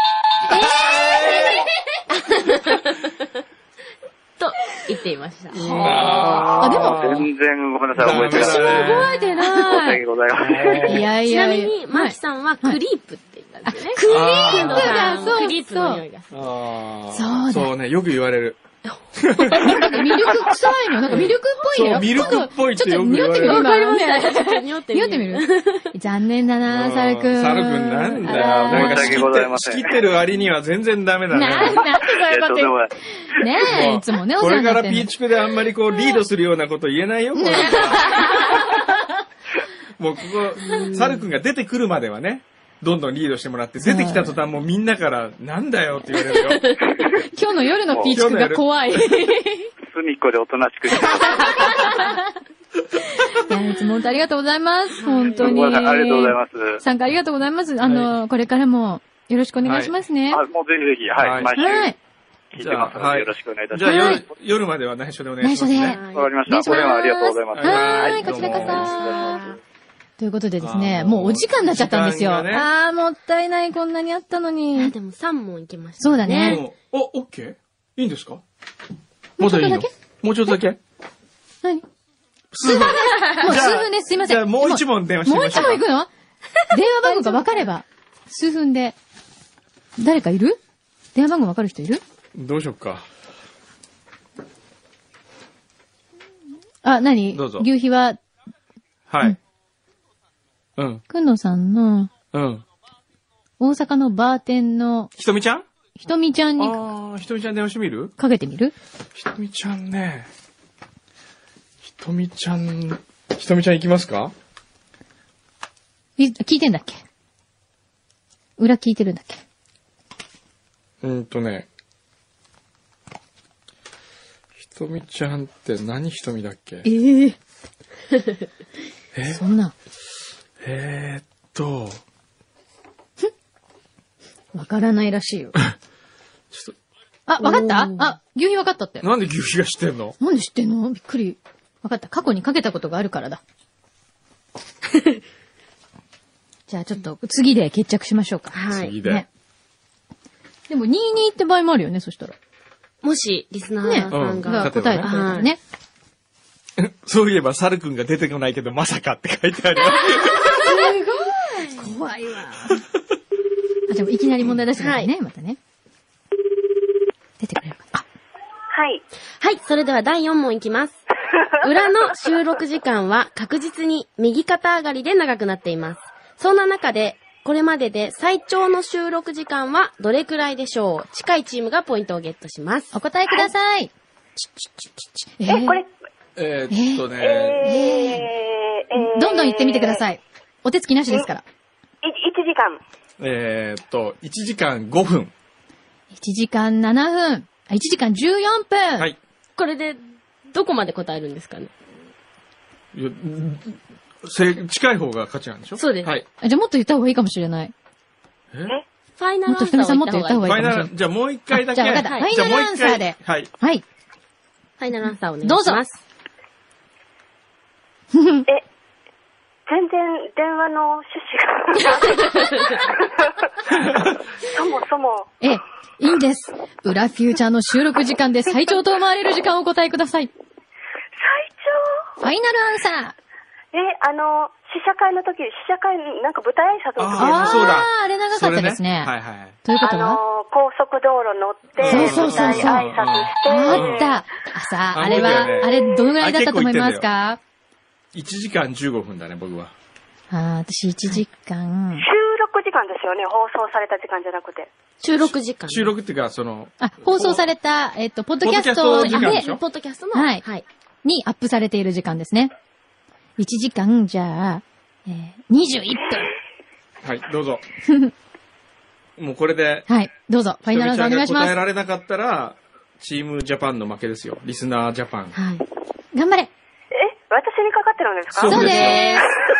と言っていました。 あ、でも、 全然ごめんなさい、覚えて私もない。 覚えて申しない。 訳ございません。 いやいちなやいや。 みに、マキさんはクリープって言ったんですよね。 クリープださんそうそうクリープの匂いがする。 あーそうだそうね、よく言われる。 なんかミルク臭いのなんかミルクっぽいのよ。 そうミルクっぽいってよく言われるちょっと匂ってみるわかりました。ちょっと今。 匂って匂ってみる残念だな、サル君。 サル君なんだよ。 あーなんか仕切申し訳ございって、 ません仕切ってる割には全然ダメだな、なんね。 でそういういや、 こと言うとんでもない。 ねえ、いつもね、おこ世話れからピーになってんの。 チクであんまりこうリードするようなこと言えないよ、これ。もうここ、サル君が出てくるまではね、どんどんリードしてもらって、出てきた途端もうみんなから、なんだよって言われるよ。 今日の夜のピーチクが怖い。い隅っこでおとなしくしてます。 や、いつも本当ありがとうございます。本当に。 ごめんなさい、ありがとうございます。 参加ありがとうございます。あの、これからもよろしくお願いしますね。 あ、もうぜひぜひ、ははいい、毎週はい。 聞いてますので、よろしくお願いいたしじゃあます。 はい夜、夜までは内緒でお願いします内緒ね。 で。 わかりました。お電話ありがとうございます。 はい、 どうもこちらこそ。ということでですね、 あーもうお時間になっちゃったんですよ。 時間がねあー、もったいない、こんなにあったのあに。 でもさん問いけました。 そうだね。 もうお、オッケーいいんですかもうちょっとだけもうちょっとだけ何数分。 もう数分です。すいません。 じゃあもう一問電話してみもうましょうか。 一問行くの電話番号が分かれば、数分で。誰かいる電話番号分かる人いるどうしよっか。 あ、何どうぞ牛皮は、 はい。うん。 くんのさんの、 うん。 大阪のバーテンの、 ひとみちゃんひとみちゃんにああ、ひとみちゃん電話してみるかけてみるひとみちゃんね。ひとみちゃん、ひとみちゃん行きますかい聞いてんだっけ裏聞いてるんだっけうーんとね。ひとみちゃんって何ひとみだっけえええそんな、 えー、っと、 わからないらしいよ。 ちょっあ、わかったあ、牛皮わかったってと、。なんで牛皮が知ってんのなんで知ってんのびっくり。わかった。過去にかけたことがあるからだ。じゃあちょっと次で決着しましょうか。 はい。 次で。 ね。でもにじゅうにって場合もあるよね、そしたら。 もし、リスナーさんうんが、 が答えてくれたらね。 そういえば、サルくんが出てこないけど、まさかって書いてあるよ。 すごい怖いわ。あ、でもいきなり問題出してくださいね、またね。出てくれるかな。あ、 はい。はい、それではだいよん問いきます。裏の収録時間は確実に右肩上がりで長くなっています。そんな中で、これまでで最長の収録時間はどれくらいでしょう？近いチームがポイントをゲットします。 お答えください。 えー、え、これ。 えー、っとね、 えー、どんどん言ってみてください。お手つきなしですから。 いちじかん。 えー、っと、いちじかんごふん。 いちじかんななふん。あ、いちじかんじゅうよんぷん。 はい。 これで、どこまで答えるんですかね？ いや、せ近い方が勝ちなんでしょ？ そうです。 はい。 じゃあもっと言った方がいいかもしれない。 え？ ファイナルアンサーを言った方がいい。 もっとひとみさんもっと言った方がいいかもしれない。 ファイナル、じゃあもう一回だけ。 じゃあ分かった。ファイナルアンサーで。 はい。 はい。 ファイナルアンサーお願いします。どうぞ。 え、全然電話の趣旨が。そもそも。 え、いいです。裏フューチャーの収録時間で最長と思われる時間をお答えください。 最長ファイナルアンサー。 え、あの、試写会の時、試写会、なんか舞台挨拶の時。 ああ、そうだ。 ああ、あれ長かったですね。 ねはいはい。 ということは、 あの、高速道路乗って、 そうそうそうそう。 舞台挨拶して。 あった。さあ、あれは、あれどのぐらいだったと思いますか？ いちじかんじゅうごふんだね、僕は。 ああ、私いちじかん。 収録時間ですよね、放送された時間じゃなくて。 収録時間。 収録っていうか、その。 あ、放送された、えっと、ポッドキャストで、 ポッドキャストの、 はい。はい。にアップされている時間ですね。いちじかん、じゃあ、えー、にじゅういっぷん。 はい、どうぞ。もうこれで。 はい、どうぞ。ファイナルアンサーお願いします。 答えられなかったら、チームジャパンの負けですよ。リスナージャパン。 はい。頑張れ。 え、私にかかってるんですか？ そうです。 え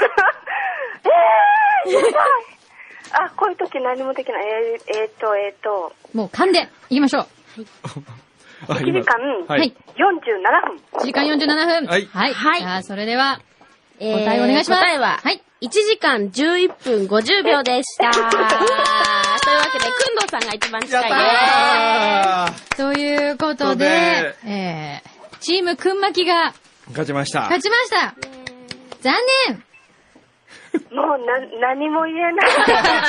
ー、やばい。あ、こういう時何もできない。えー、えー、っと、えー、っと。 もう噛んで、いきましょう。 はい。いちじかん、はい。よんじゅうななふん。 いちじかんよんじゅうななふん。 はい。 はい。はい。じゃあ、それでは、 えー、 答えお願いします。 答えは、はい。いちじかんじゅういっぷんごじゅうびょうでした。というわけで、くんどうさんが一番近いです。 ということで、えー、チームくんまきが、 勝ちました。 勝ちました。残念。 もう、な、何も言えない。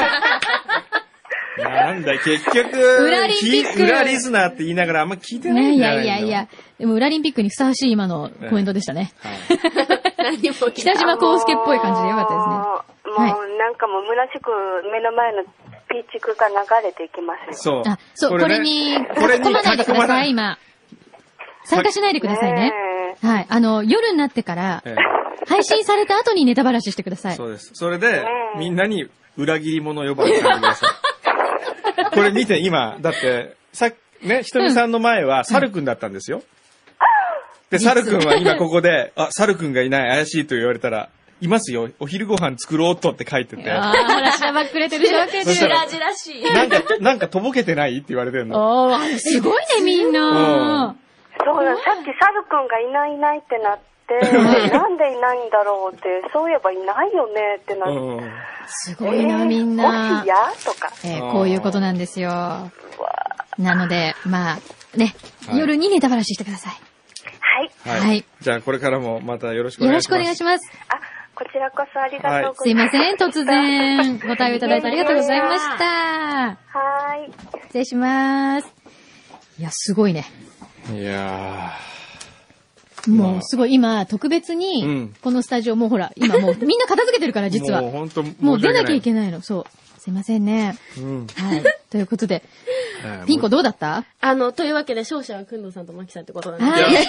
なんだ、結局、 裏リンピック。 裏リスナーって言いながらあんま聞いてないんじゃないの？ ね、いやいやいや。でも裏リンピックにふさわしい今のコメントでしたね。はい、北島康介っぽい感じでよかったですね。 もう、もうなんかもう虚しく目の前のピーチクが流れていきますよ。そう。 あ、そう、これ,、ね、これに、これに、込まないでください、今。参加しないでくださいね。ねはい。あの、夜になってから、えー、配信された後にネタバラシしてください。 そうです。それで、みんなに裏切り者呼ばれてください。これ見て、今、だって、さっき、ね、ひとみさんの前は、サルくんだったんですよ。で、サルくんは今ここで、あ、サルくんがいない、怪しいと言われたら、いますよ、お昼ご飯作ろうとって書いてて。 ああ、らしらばっくれてる、しらけてる。 しらじらしい。 なんか、なんかとぼけてないって言われてるの。 おー、すごいね、みんな。 そうだ、さっきサルくんがいないいないってなって、なんでいないんだろうって、そういえばいないよねってなって。 すごいな、みんな。 もしやとか。 えー、こういうことなんですよ。なので、まあ、ね、はい、夜にネタバラシしてください。 はい。 はい。 じゃあ、これからもまたよろしくお願いします。 よろしくお願いします。 あ、こちらこそありがとうございます。 すいません、突然、ご対応いただいてありがとうございました。 はい。 失礼します。いや、すごいね。 いやー。もう、すごい、今、特別に、このスタジオ、もうほら、今もう、みんな片付けてるから、実は。 もう本当もう出なきゃいけないの、そう。すいませんね。 うん。 はい。ということで、ピンコどうだった？ あの、というわけで、勝者はくんどうさんとマキさんってことなんです。 はい。 こ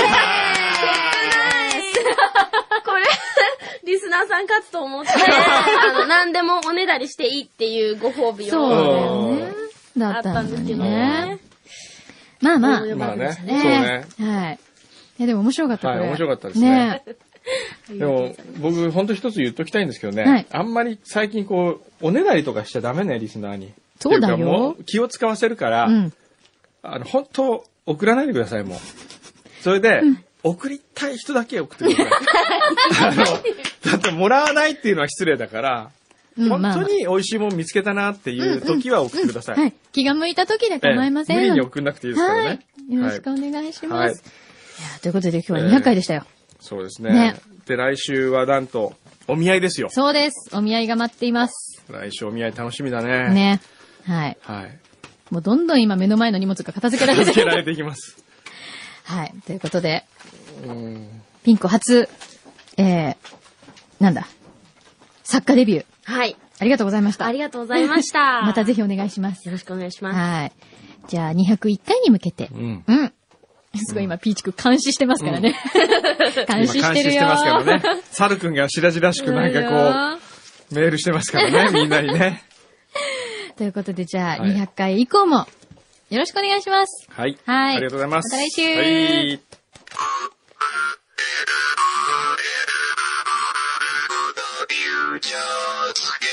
れ、リスナーさん勝つと思って、あの、何でもおねだりしていいっていうご褒美を。 そうだよね。だったんですけどね。まあまあ。 まあね。そうね。 はい。いや、でも面白かった。 はい、面白かったですね。でも、僕、ほんと一つ言っときたいんですけどね。はい、あんまり最近こう、おねだりとかしちゃダメね、リスナーに。 そうだよ。 もう気を使わせるから、うん、あの、本当送らないでください、もう。それで、うん、送りたい人だけ送ってください。あの、だってもらわないっていうのは失礼だから、うん、本当に美味しいもん見つけたなっていう時は送ってください。 はい。気が向いた時で構いません。 無理に送んなくていいですからね。 はい。よろしくお願いします。はい。いや、ということで今日はにひゃっかいでしたよ。 そうですね。 ねで、来週はなんと、お見合いですよ。 そうです。お見合いが待っています。 来週お見合い楽しみだね。 ね。はい。 はい。 もうどんどん今目の前の荷物が片付けられて片付けられていきます。 はい。ということで、 うんピン子初、えー、なんだ、作家デビュー。 はい。 ありがとうございました。 ありがとうございました。 またぜひお願いします。 よろしくお願いします。 はい。じゃあ、にひゃくいっかいに向けて。 うん。 うん。すごい今、ピーチくん監視してますからね。監視してるよ。 監視してますからね。サルくんがしらじらしくなんかこう、メールしてますからね、みんなにね。 ということで、じゃあ、にひゃっかい以降も、よろしくお願いします。 はい。 はい。 ありがとうございます。 また来週。 はい。 Just